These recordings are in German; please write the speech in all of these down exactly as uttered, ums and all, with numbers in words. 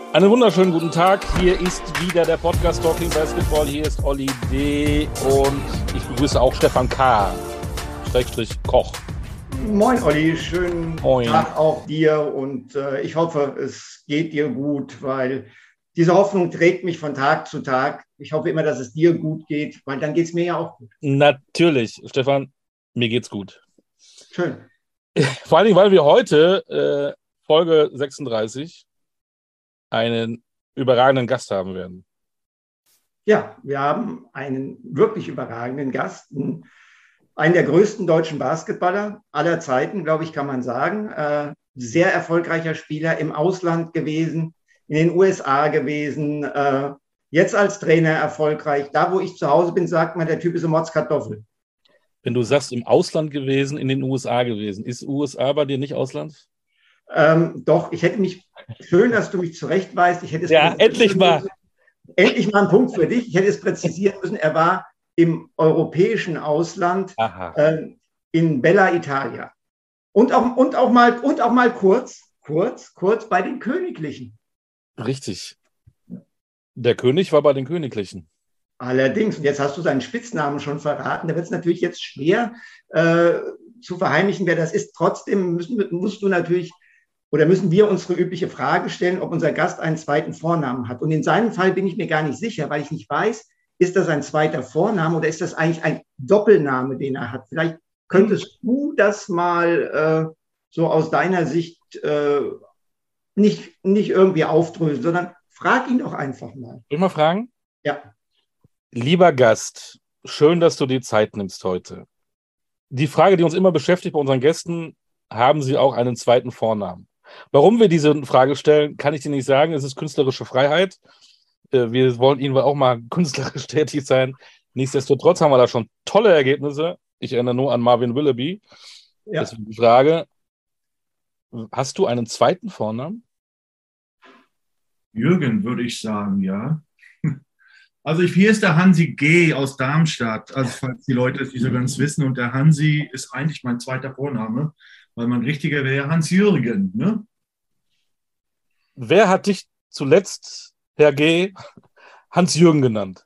Einen wunderschönen guten Tag. Hier ist wieder der Podcast Talking Basketball. Hier ist Olli D. und ich begrüße auch Stefan K. Schrägstrich Koch. Moin Olli, schönen Moin. Tag auch dir und äh, ich hoffe, es geht dir gut, weil diese Hoffnung trägt mich von Tag zu Tag. Ich hoffe immer, dass es dir gut geht, weil dann geht es mir ja auch gut. Natürlich, Stefan, mir geht's gut. Schön. Vor allen Dingen, weil wir heute äh, Folge sechsunddreißig einen überragenden Gast haben werden. Ja, wir haben einen wirklich überragenden Gast, einen der größten deutschen Basketballer aller Zeiten, glaube ich, kann man sagen. Äh, sehr erfolgreicher Spieler, im Ausland gewesen, in den U S A gewesen, äh, jetzt als Trainer erfolgreich. Da, wo ich zu Hause bin, sagt man, der Typ ist eine Motzkartoffel. Wenn du sagst, im Ausland gewesen, in den U S A gewesen, ist U S A bei dir nicht Ausland? Ähm, doch, ich hätte mich, schön, dass du mich zurechtweist. Ich hätte es ja, endlich mal. Müssen. Endlich mal ein Punkt für dich. Ich hätte es präzisieren müssen. Er war im europäischen Ausland, äh, in Bella Italia. Und auch, und, auch mal, und auch mal kurz, kurz, kurz bei den Königlichen. Richtig. Der König war bei den Königlichen. Allerdings, und jetzt hast du seinen Spitznamen schon verraten, da wird es natürlich jetzt schwer äh, zu verheimlichen, wer das ist. Trotzdem müssen, musst du natürlich, oder müssen wir unsere übliche Frage stellen, ob unser Gast einen zweiten Vornamen hat. Und in seinem Fall bin ich mir gar nicht sicher, weil ich nicht weiß, ist das ein zweiter Vorname oder ist das eigentlich ein Doppelname, den er hat? Vielleicht könntest du das mal äh, so aus deiner Sicht äh, nicht, nicht irgendwie aufdröseln, sondern frag ihn doch einfach mal. Soll ich mal fragen? Ja. Lieber Gast, schön, dass du dir Zeit nimmst heute. Die Frage, die uns immer beschäftigt bei unseren Gästen, haben sie auch einen zweiten Vornamen? Warum wir diese Frage stellen, kann ich dir nicht sagen. Es ist künstlerische Freiheit. Wir wollen Ihnen auch mal künstlerisch tätig sein. Nichtsdestotrotz haben wir da schon tolle Ergebnisse. Ich erinnere nur an Marvin Willoughby. Ja. Deswegen die Frage, hast du einen zweiten Vornamen? Jürgen, würde ich sagen, ja. Also ich, hier ist der Hansi G. aus Darmstadt, also falls die Leute es nicht so ganz wissen. Und der Hansi ist eigentlich mein zweiter Vorname, weil mein richtiger wäre Hans-Jürgen. Ne? Wer hat dich zuletzt, Herr G., Hans-Jürgen genannt?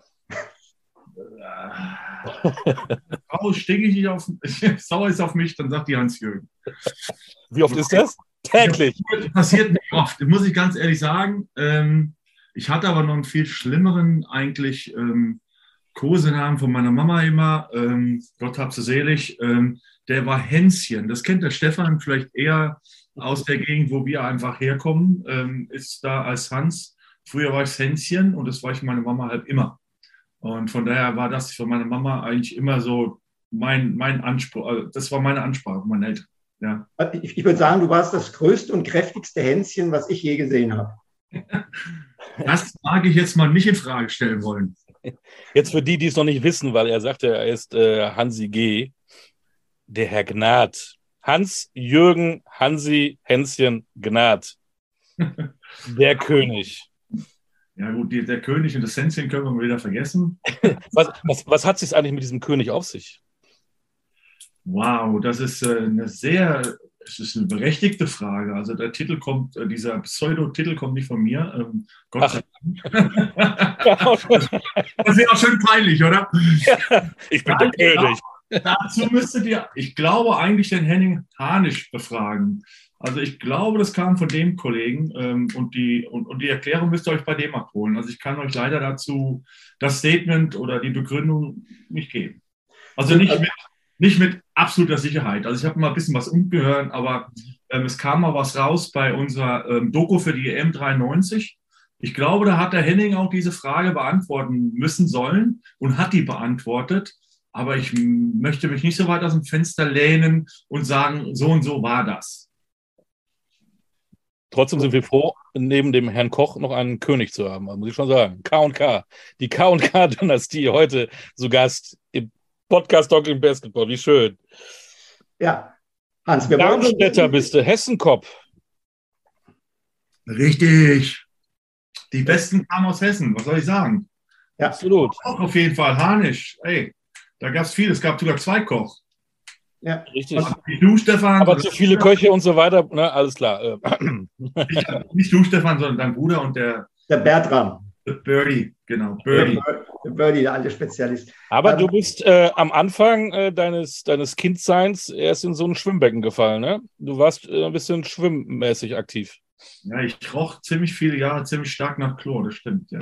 Frau stinke ich nicht auf, sauer ist auf mich, dann sagt die Hans-Jürgen. Wie oft ist das? Täglich. Das passiert nicht oft, muss ich ganz ehrlich sagen. Ähm, Ich hatte aber noch einen viel schlimmeren eigentlich ähm, Kosenamen von meiner Mama immer, ähm, Gott hab sie selig, ähm, der war Hänschen. Das kennt der Stefan vielleicht eher aus der Gegend, wo wir einfach herkommen, ähm, ist da als Hans. Früher war ich Hänschen und das war ich für meine Mama halt immer. Und von daher war das für meine Mama eigentlich immer so mein, mein Anspruch, also das war meine Ansprache von meinen Eltern. Ja. Ich, ich würde sagen, du warst das größte und kräftigste Hänschen, was ich je gesehen habe. Das mag ich jetzt mal nicht in Frage stellen wollen. Jetzt für die, die es noch nicht wissen, weil er sagte, er ist äh, Hansi G., der Herr Gnad. Hans-Jürgen Hansi Hänschen Gnad. Der König. Ja gut, die, der König und das Hänschen können wir mal wieder vergessen. Was, was, was hat es sich eigentlich mit diesem König auf sich? Wow, das ist äh, eine sehr... Es ist eine berechtigte Frage. Also der Titel kommt, dieser Pseudo-Titel kommt nicht von mir. Ähm, Gott sei Dank. Das wäre auch schön peinlich, oder? Ich bin der König. Dazu müsstet ihr, ich glaube, eigentlich den Henning Harnisch befragen. Also ich glaube, das kam von dem Kollegen ähm, und, die, und, und die Erklärung müsst ihr euch bei dem abholen. Also ich kann euch leider dazu das Statement oder die Begründung nicht geben. Also nicht mit Nicht mit absoluter Sicherheit. Also ich habe mal ein bisschen was umgehört, aber ähm, es kam mal was raus bei unserer ähm, Doku für die E M dreiundneunzig. Ich glaube, da hat der Henning auch diese Frage beantworten müssen sollen und hat die beantwortet. Aber ich m- möchte mich nicht so weit aus dem Fenster lehnen und sagen, so und so war das. Trotzdem sind wir froh, neben dem Herrn Koch noch einen König zu haben, muss ich schon sagen. K und K. Die K und K-Dynastie heute zu Gast im Podcast Talking Basketball, wie schön. Ja, Hans, wir Darmstädter bist du, Hessenkopf. Richtig. Die Besten kamen aus Hessen, was soll ich sagen? Ja. Absolut. Auch auf jeden Fall, Harnisch. Ey, da gab es viel, es gab sogar zwei Koch. Ja. Richtig. Also nicht du, Stefan. Aber zu viele Köche und so weiter, ne, alles klar. Nicht, nicht du, Stefan, sondern dein Bruder und der, Der Bertram. der Birdie, genau, Birdie. Der Birdie, der alte Spezialist. Aber Ähm, du bist äh, am Anfang äh, deines, deines Kindseins erst in so ein Schwimmbecken gefallen, ne? Du warst äh, ein bisschen schwimmmäßig aktiv. Ja, ich roch ziemlich viele Jahre ziemlich stark nach Chlor, das stimmt, ja.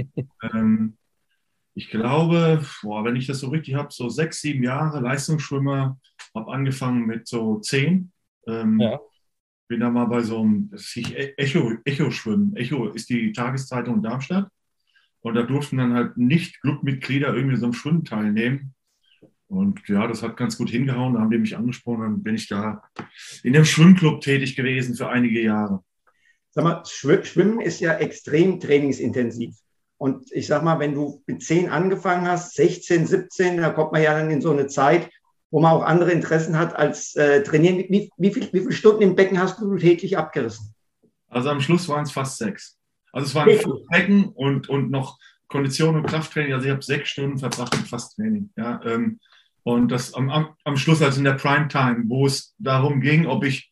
ähm, ich glaube, boah, wenn ich das so richtig habe, so sechs, sieben Jahre Leistungsschwimmer, habe angefangen mit so zehn. Ähm, Ja. Bin da mal bei so einem das hieß Echo, Echo schwimmen. Echo ist die Tageszeitung in Darmstadt. Und da durften dann halt nicht Clubmitglieder irgendwie so am Schwimmen teilnehmen. Und ja, das hat ganz gut hingehauen. Da haben die mich angesprochen. Dann bin ich da in dem Schwimmclub tätig gewesen für einige Jahre. Sag mal, Schwimmen ist ja extrem trainingsintensiv. Und ich sag mal, wenn du mit zehn angefangen hast, sechzehn, siebzehn, da kommt man ja dann in so eine Zeit, wo man auch andere Interessen hat als äh, trainieren. Wie, wie, viel, wie viele Stunden im Becken hast du täglich abgerissen? Also am Schluss waren es fast sechs. Also es waren fünf Becken und, und noch Kondition und Krafttraining. Also ich habe sechs Stunden verbracht mit Fasttraining. Ja, ähm, und das am, am, am Schluss, also in der Primetime, wo es darum ging, ob ich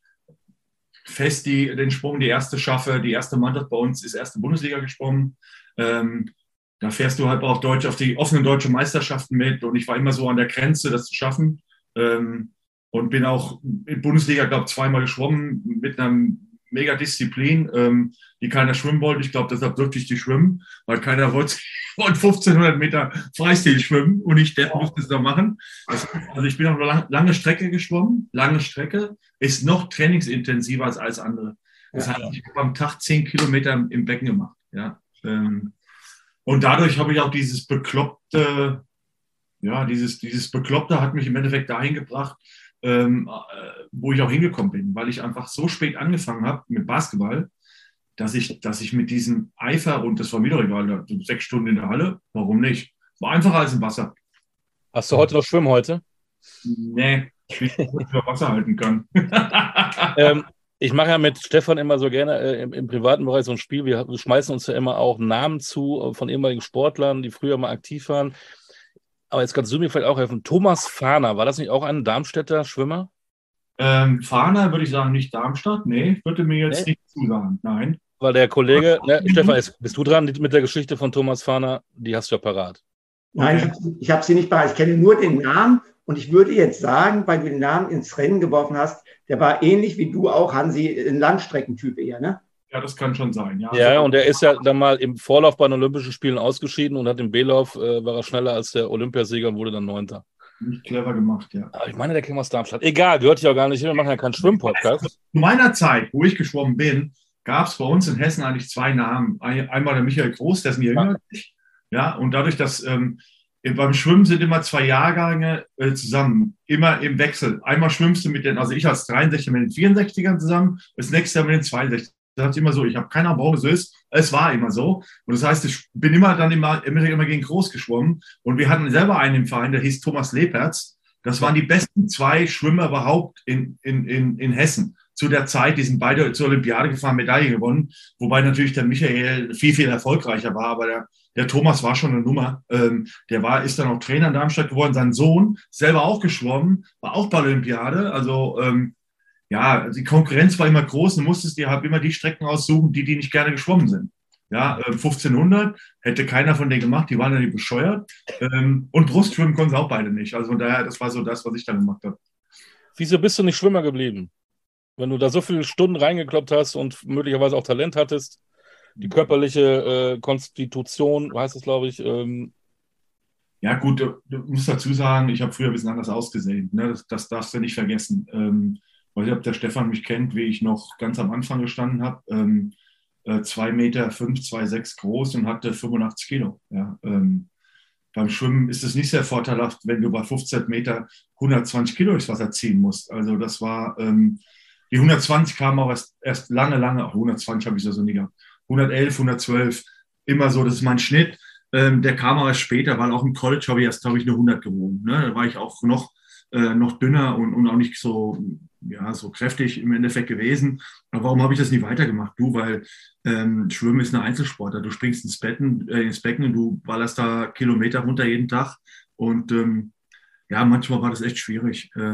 fest die, den Sprung, die erste schaffe. Die erste Mannschaft bei uns ist erste Bundesliga gesprungen. Ähm, da fährst du halt auf Deutsch, auf die offenen deutschen Meisterschaften mit. Und ich war immer so an der Grenze, das zu schaffen. Ähm, und bin auch in Bundesliga, glaube ich, zweimal geschwommen mit einer mega Disziplin, ähm, die keiner schwimmen wollte. Ich glaube, deshalb durfte ich die schwimmen, weil keiner wollte fünfzehnhundert Meter Freistil schwimmen und ich der musste es da machen. Das, also ich bin auch lang, lange Strecke geschwommen. Lange Strecke ist noch trainingsintensiver als alles andere. Das heißt, ich habe am Tag zehn Kilometer im Becken gemacht. Ja. Ähm, und dadurch habe ich auch dieses bekloppte, ja, dieses, dieses Bekloppte hat mich im Endeffekt dahin gebracht, ähm, wo ich auch hingekommen bin, weil ich einfach so spät angefangen habe mit Basketball, dass ich, dass ich mit diesem Eifer, und das war mir doch egal, sechs Stunden in der Halle, warum nicht? War einfacher als im Wasser. Hast du heute noch Schwimmen heute? Nee, ich will nicht über Wasser halten kann. ähm, ich mache ja mit Stefan immer so gerne äh, im, im privaten Bereich so ein Spiel. Wir schmeißen uns ja immer auch Namen zu von ehemaligen Sportlern, die früher mal aktiv waren. Aber jetzt kannst du mir vielleicht auch helfen. Thomas Fahner, war das nicht auch ein Darmstädter Schwimmer? Ähm, Fahner würde ich sagen, nicht Darmstadt. Nee, würde mir jetzt nee? nicht zusagen. Nein. Weil der Kollege, ne, Stefan, bist du dran mit der Geschichte von Thomas Fahner? Die hast du ja parat. Nein, okay. ich habe hab sie nicht parat. Ich kenne nur den Namen und ich würde jetzt sagen, weil du den Namen ins Rennen geworfen hast, der war ähnlich wie du auch, Hansi, ein Landstreckentyp eher, ne? Ja, das kann schon sein, ja. Ja, und er ist ja dann mal im Vorlauf bei den Olympischen Spielen ausgeschieden und hat im B-Lauf, äh, war er schneller als der Olympiasieger und wurde dann Neunter. Nicht clever gemacht, ja. Aber ich meine, der käme aus Darmstadt. Egal, gehört ja auch gar nicht hin, wir machen ja keinen Schwimmpodcast. Zu meiner Zeit, wo ich geschwommen bin, gab es bei uns in Hessen eigentlich zwei Namen. Einmal der Michael Groß, der ist ein jünger als ich. Ja, und dadurch, dass ähm, beim Schwimmen sind immer zwei Jahrgänge äh, zusammen, immer im Wechsel. Einmal schwimmst du mit den, also ich als dreiundsechziger mit den vierundsechzigern zusammen, das nächste Jahr mit den zweiundsechzigern. Das ist immer so. Ich habe keine Ahnung, warum es so ist. Es war immer so. Und das heißt, ich bin immer dann immer, immer, immer gegen Groß geschwommen. Und wir hatten selber einen im Verein, der hieß Thomas Lepertz. Das waren die besten zwei Schwimmer überhaupt in, in, in, in Hessen. Zu der Zeit, die sind beide zur Olympiade gefahren, Medaille gewonnen. Wobei natürlich der Michael viel, viel erfolgreicher war. Aber der, der Thomas war schon eine Nummer. Ähm, der war, ist dann auch Trainer in Darmstadt geworden. Sein Sohn, selber auch geschwommen, war auch bei Olympiade. Also, ähm, ja, die Konkurrenz war immer groß. Du musstest dir halt immer die Strecken aussuchen, die, die nicht gerne geschwommen sind. Ja, fünfzehnhundert hätte keiner von denen gemacht, die waren ja nicht bescheuert. Und Brustschwimmen konnten sie auch beide nicht. Also von daher, das war so das, was ich dann gemacht habe. Wieso bist du nicht Schwimmer geblieben? Wenn du da so viele Stunden reingekloppt hast und möglicherweise auch Talent hattest, die körperliche äh, Konstitution, heißt es, glaube ich. Ähm ja, gut, du, du musst dazu sagen, ich habe früher ein bisschen anders ausgesehen. Ne? Das, das darfst du nicht vergessen. Ähm, Ich weiß nicht, ob der Stefan mich kennt, wie ich noch ganz am Anfang gestanden habe. Ähm, äh, zwei Meter fünf, zwei Komma sechs groß und hatte fünfundachtzig Kilo. Ja, ähm, beim Schwimmen ist es nicht sehr vorteilhaft, wenn du bei fünfzehn Meter hundertzwanzig Kilo durchs Wasser ziehen musst. Also das war, ähm, die hundertzwanzig kamen auch erst, erst lange, lange, auch hundertzwanzig habe ich das so nie gehabt. hundertelf, hundertzwölf, immer so, das ist mein Schnitt. Ähm, der kam aber erst später, weil auch im College habe ich erst, glaube ich, eine hundert gewogen. Ne? Da war ich auch noch, äh, noch dünner und, und auch nicht so, ja, so kräftig im Endeffekt gewesen. Aber warum habe ich das nie weitergemacht? Du, weil ähm, Schwimmen ist eine Einzelsportart. Du springst ins Becken, äh, ins Becken und du ballerst da Kilometer runter jeden Tag. Und ähm, ja, manchmal war das echt schwierig. Ähm,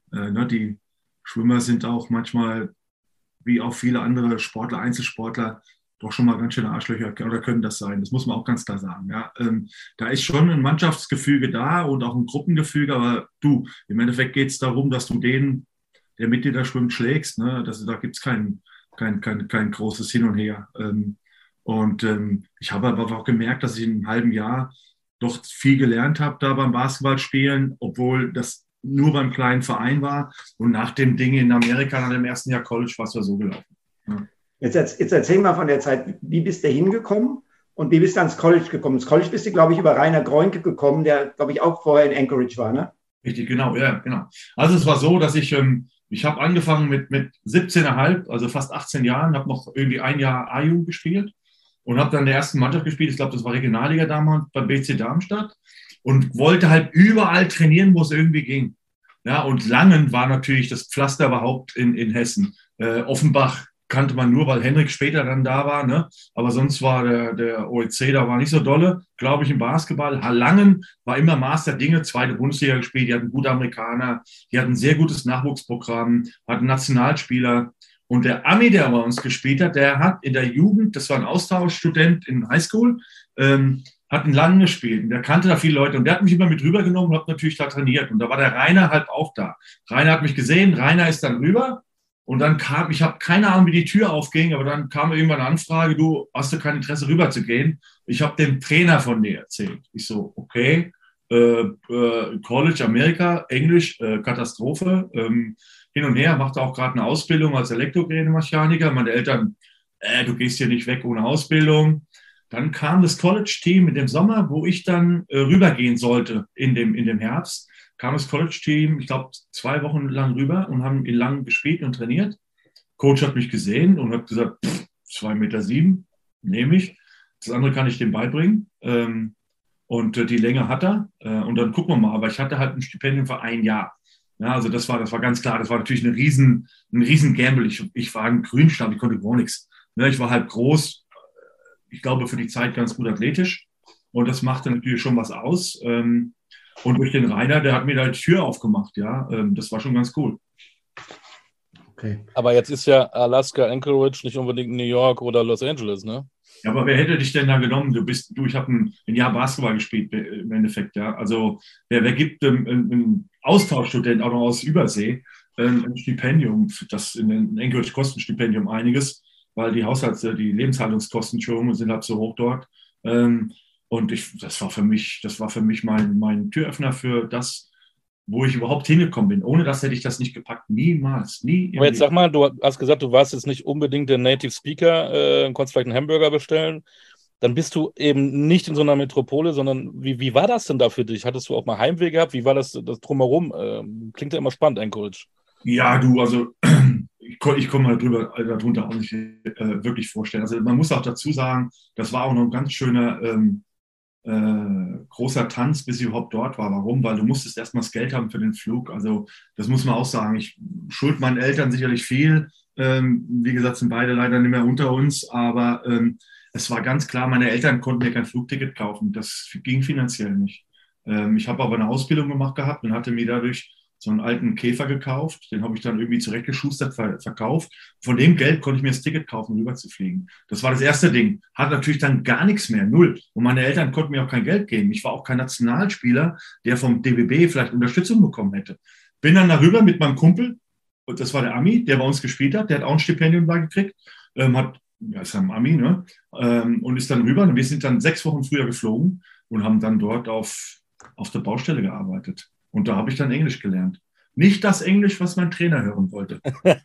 Äh, ne, die Schwimmer sind auch manchmal, wie auch viele andere Sportler, Einzelsportler, doch schon mal ganz schöne Arschlöcher oder können das sein. Das muss man auch ganz klar sagen. Ja. Ähm, da ist schon ein Mannschaftsgefüge da und auch ein Gruppengefüge, aber du, im Endeffekt geht es darum, dass du den, der mit dir da schwimmt, schlägst. Ne? Das, da gibt es kein, kein, kein, kein großes Hin und Her. Ähm, und ähm, ich habe aber auch gemerkt, dass ich in einem halben Jahr doch viel gelernt habe da beim Basketballspielen, obwohl das nur beim kleinen Verein war. Und nach dem Ding in Amerika, nach dem ersten Jahr College, war es ja so gelaufen. Ja. Jetzt, jetzt erzähl mal von der Zeit, wie bist du hingekommen und wie bist du ans College gekommen? Ins College bist du, glaube ich, über Rainer Groenke gekommen, der, glaube ich, auch vorher in Anchorage war, ne? Richtig, genau, ja, genau. Also es war so, dass ich, ähm, ich habe angefangen mit, mit siebzehn Komma fünf, also fast achtzehn Jahren, habe noch irgendwie ein Jahr A-Jugend gespielt und habe dann in der ersten Mannschaft gespielt. Ich glaube, das war Regionalliga damals beim B C Darmstadt und wollte halt überall trainieren, wo es irgendwie ging. Ja, und Langen war natürlich das Pflaster überhaupt in, in Hessen. Äh, Offenbach kannte man nur, weil Henrik später dann da war. Ne? Aber sonst war der, der O E C, da war nicht so dolle, glaube ich, im Basketball. Langen war immer Master Dinge, zweite Bundesliga gespielt. Die hatten gute Amerikaner, die hatten ein sehr gutes Nachwuchsprogramm, hatten Nationalspieler. Und der Ami, der bei uns gespielt hat, der hat in der Jugend, das war ein Austauschstudent in Highschool, ähm, hat in Langen gespielt. Und der kannte da viele Leute. Und der hat mich immer mit rübergenommen und hat natürlich da trainiert. Und da war der Rainer halt auch da. Rainer hat mich gesehen, Rainer ist dann rüber. Und dann kam, ich habe keine Ahnung, wie die Tür aufging, aber dann kam irgendwann eine Anfrage, du, hast du kein Interesse rüber zu gehen? Ich habe dem Trainer von dir erzählt. Ich so, okay, äh, äh, College, Amerika, Englisch, äh, Katastrophe, ähm, hin und her, machte auch gerade eine Ausbildung als Elektrogerätemechaniker. Meine Eltern, äh, du gehst hier nicht weg ohne Ausbildung. Dann kam das College-Team in dem Sommer, wo ich dann äh, rübergehen sollte in dem, in dem Herbst. Kam das College-Team, ich glaube, zwei Wochen lang rüber und haben in Langen gespielt und trainiert. Coach hat mich gesehen und hat gesagt, pff, zwei Meter sieben, nehme ich. Das andere kann ich dem beibringen. Ähm, und äh, die Länge hat er. Äh, und dann gucken wir mal. Aber ich hatte halt ein Stipendium für ein Jahr. Ja, also das war, das war ganz klar. Das war natürlich eine riesen, ein riesen Gamble. Ich, ich war ein Grünstab, ich konnte gar nichts. Ne, ich war halt groß. Ich glaube, für die Zeit ganz gut athletisch. Und das machte natürlich schon was aus. Ähm, Und durch den Rainer, der hat mir da die Tür aufgemacht, ja. Das war schon ganz cool. Okay. Aber jetzt ist ja Alaska, Anchorage nicht unbedingt New York oder Los Angeles, ne? Ja, aber wer hätte dich denn da genommen? Du bist, du, ich habe ein, ein Jahr Basketball gespielt im Endeffekt, ja. Also wer, wer gibt einem, einem Austauschstudent auch noch aus Übersee ein Stipendium? Das in Anchorage kostet ein Stipendium einiges, weil die Haushalts-, die Lebenshaltungskosten schon sind halt so hoch dort. Und ich, das war für mich, das war für mich mein, mein Türöffner für das, wo ich überhaupt hingekommen bin. Ohne das hätte ich das nicht gepackt. Niemals, nie. Aber jetzt sag mal, du hast gesagt, du warst jetzt nicht unbedingt der Native Speaker, äh, konntest vielleicht einen Hamburger bestellen. Dann bist du eben nicht in so einer Metropole, sondern wie, wie war das denn da für dich? Hattest du auch mal Heimweh gehabt? Wie war das, das drumherum? Ähm, klingt ja immer spannend, Anchorage. Ja, du, also ich, ich komme mal drüber, darunter auch nicht äh, wirklich vorstellen. Also man muss auch dazu sagen, das war auch noch ein ganz schöner ähm, Äh, großer Tanz, bis ich überhaupt dort war. Warum? Weil du musstest erstmal das Geld haben für den Flug. Also das muss man auch sagen. Ich schuld meinen Eltern sicherlich viel. Ähm, wie gesagt, sind beide leider nicht mehr unter uns. Aber ähm, es war ganz klar, meine Eltern konnten mir kein Flugticket kaufen. Das ging finanziell nicht. Ähm, ich habe aber eine Ausbildung gemacht gehabt und hatte mir dadurch so einen alten Käfer gekauft, den habe ich dann irgendwie zurechtgeschustert, ver- verkauft. Von dem Geld konnte ich mir das Ticket kaufen, rüber zu fliegen. Das war das erste Ding. Hat natürlich dann gar nichts mehr, null. Und meine Eltern konnten mir auch kein Geld geben. Ich war auch kein Nationalspieler, der vom D B B vielleicht Unterstützung bekommen hätte. Bin dann darüber mit meinem Kumpel, und das war der Ami, der bei uns gespielt hat, der hat auch ein Stipendium da gekriegt, ähm, hat, ja, ist ein Ami, ne? Ähm, und ist dann rüber. Und wir sind dann sechs Wochen früher geflogen und haben dann dort auf, auf der Baustelle gearbeitet. Und da habe ich dann Englisch gelernt. Nicht das Englisch, was mein Trainer hören wollte.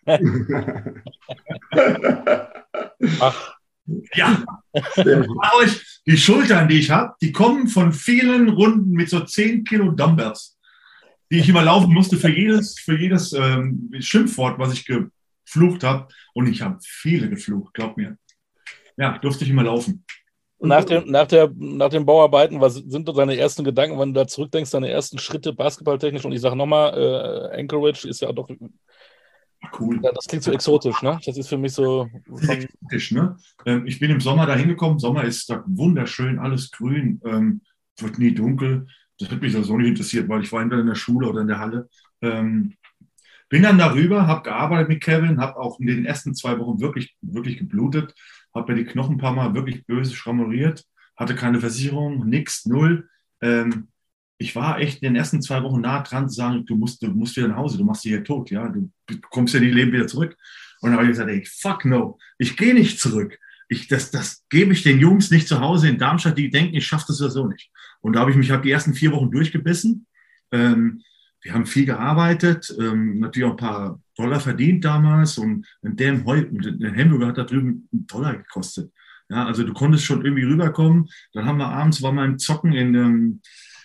Ach. Ja. Euch, die Schultern, die ich habe, die kommen von vielen Runden mit so zehn Kilo Dumbbells, die ich immer laufen musste für jedes, für jedes ähm, Schimpfwort, was ich geflucht habe. Und ich habe viele geflucht, glaub mir. Ja, durfte ich immer laufen. Nach, dem, nach, der, nach den Bauarbeiten, was sind deine ersten Gedanken, wenn du da zurückdenkst, deine ersten Schritte basketballtechnisch? Und ich sage nochmal, äh, Anchorage ist ja doch cool. Ja, das klingt so exotisch, ne? Das ist für mich so. Exotisch, ne? Ähm, ich bin im Sommer da hingekommen. Sommer ist da wunderschön, alles grün, ähm, wird nie dunkel. Das hat mich so nicht interessiert, weil ich war entweder in der Schule oder in der Halle. Ähm, bin dann darüber, habe gearbeitet mit Kevin, habe auch in den ersten zwei Wochen wirklich, wirklich geblutet, habe mir die Knochen ein paar Mal wirklich böse schrammuriert, hatte keine Versicherung, nix, null. Ähm, ich war echt in den ersten zwei Wochen nah dran zu sagen, du musst, du musst wieder nach Hause, du machst dich hier tot, ja, du kommst ja nicht Leben wieder zurück. Und dann habe ich gesagt, ey, fuck no, ich gehe nicht zurück. Ich, das, das gebe ich den Jungs nicht zu Hause in Darmstadt, die denken, ich schaffe das oder so nicht. Und da habe ich mich halt die ersten vier Wochen durchgebissen. Ähm, wir haben viel gearbeitet, ähm, natürlich auch ein paar Dollar verdient damals und der Hamburger hat da drüben einen Dollar gekostet. Ja, also du konntest schon irgendwie rüberkommen. Dann haben wir abends, war mal im Zocken in, ähm,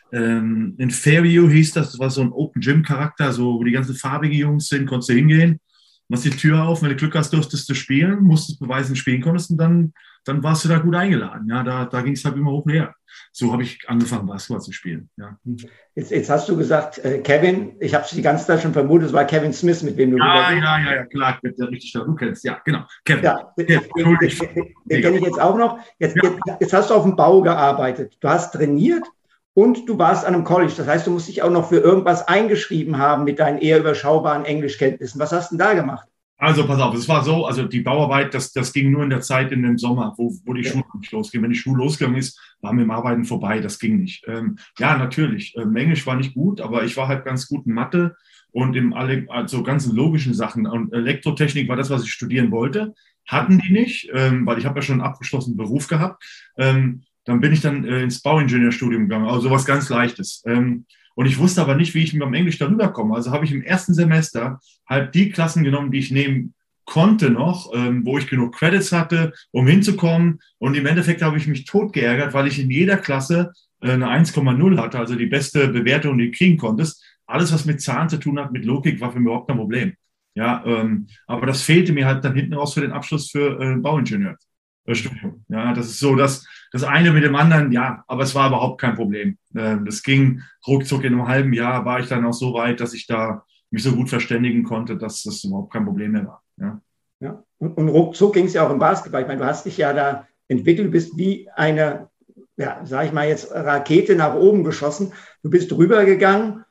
ähm, in Fairview, hieß das, das war so ein Open-Gym-Charakter, so, wo die ganzen farbigen Jungs sind, konntest du hingehen, machst die Tür auf, wenn du Glück hast, durftest du spielen, musstest beweisen, spielen konntest und dann, dann warst du da gut eingeladen. Ja, da, da ging es halt immer hoch und her. So habe ich angefangen, Basketball zu spielen. Ja. Jetzt, jetzt hast du gesagt, äh, Kevin, ich habe es die ganze Zeit schon vermutet, es war Kevin Smith, mit dem du Ja, ja, ja, ja, klar, richtig, du kennst, ja, genau. Kevin. Ja, den, den, den, den kenne ich jetzt auch noch. Jetzt, ja. jetzt, jetzt hast du auf dem Bau gearbeitet, du hast trainiert und du warst an einem College. Das heißt, du musst dich auch noch für irgendwas eingeschrieben haben mit deinen eher überschaubaren Englischkenntnissen. Was hast du denn da gemacht? Also pass auf, es war so, also die Bauarbeit, das, das ging nur in der Zeit in dem Sommer, wo, wo die ja. Schule nicht losging. Wenn die Schule losgegangen ist, war mit dem Arbeiten vorbei, das ging nicht. Ähm, ja, natürlich, ähm, Englisch war nicht gut, aber ich war halt ganz gut in Mathe und in alle, also ganzen logischen Sachen. Und Elektrotechnik war das, was ich studieren wollte, hatten die nicht, ähm, weil ich habe ja schon einen abgeschlossenen Beruf gehabt. Ähm, dann bin ich dann äh, ins Bauingenieurstudium gegangen, also sowas ganz Leichtes. Ähm, Und ich wusste aber nicht, wie ich mit dem Englisch darüber komme. Also habe ich im ersten Semester halt die Klassen genommen, die ich nehmen konnte noch, ähm, wo ich genug Credits hatte, um hinzukommen. Und im Endeffekt habe ich mich tot geärgert, weil ich in jeder Klasse äh, eine eins Komma null hatte, also die beste Bewertung, die du kriegen konntest. Alles, was mit Zahlen zu tun hat, mit Logik, war für mich überhaupt kein Problem. Ja, ähm, aber das fehlte mir halt dann hinten raus für den Abschluss für äh, Bauingenieur. Studium. Ja, das ist so das, das eine mit dem anderen, ja, aber es war überhaupt kein Problem. Das ging ruckzuck, in einem halben Jahr war ich dann auch so weit, dass ich da mich so gut verständigen konnte, dass das überhaupt kein Problem mehr war. Ja, ja. Und, und ruckzuck ging es ja auch im Basketball. Ich meine, du hast dich ja da entwickelt, du bist wie eine, ja, sag ich mal jetzt, Rakete nach oben geschossen. Du bist rübergegangen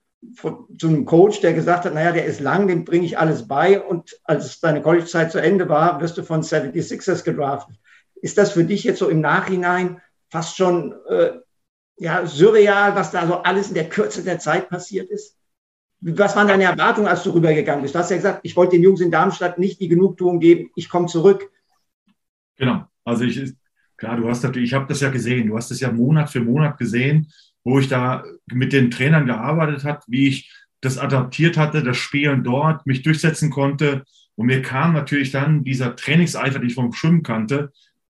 zu einem Coach, der gesagt hat, naja, der ist lang, dem bringe ich alles bei. Und als deine College-Zeit zu Ende war, wirst du von seventy-sixers gedraftet. Ist das für dich jetzt so im Nachhinein fast schon äh, ja, surreal, was da so alles in der Kürze der Zeit passiert ist? Was waren deine Erwartungen, als du rübergegangen bist? Du hast ja gesagt, ich wollte den Jungs in Darmstadt nicht die Genugtuung geben, ich komme zurück. Genau, also ich, klar, du hast natürlich, ich habe das ja gesehen, du hast das ja Monat für Monat gesehen, wo ich da mit den Trainern gearbeitet habe, wie ich das adaptiert hatte, das Spielen dort, mich durchsetzen konnte. Und mir kam natürlich dann dieser Trainingseifer, den ich vom Schwimmen kannte,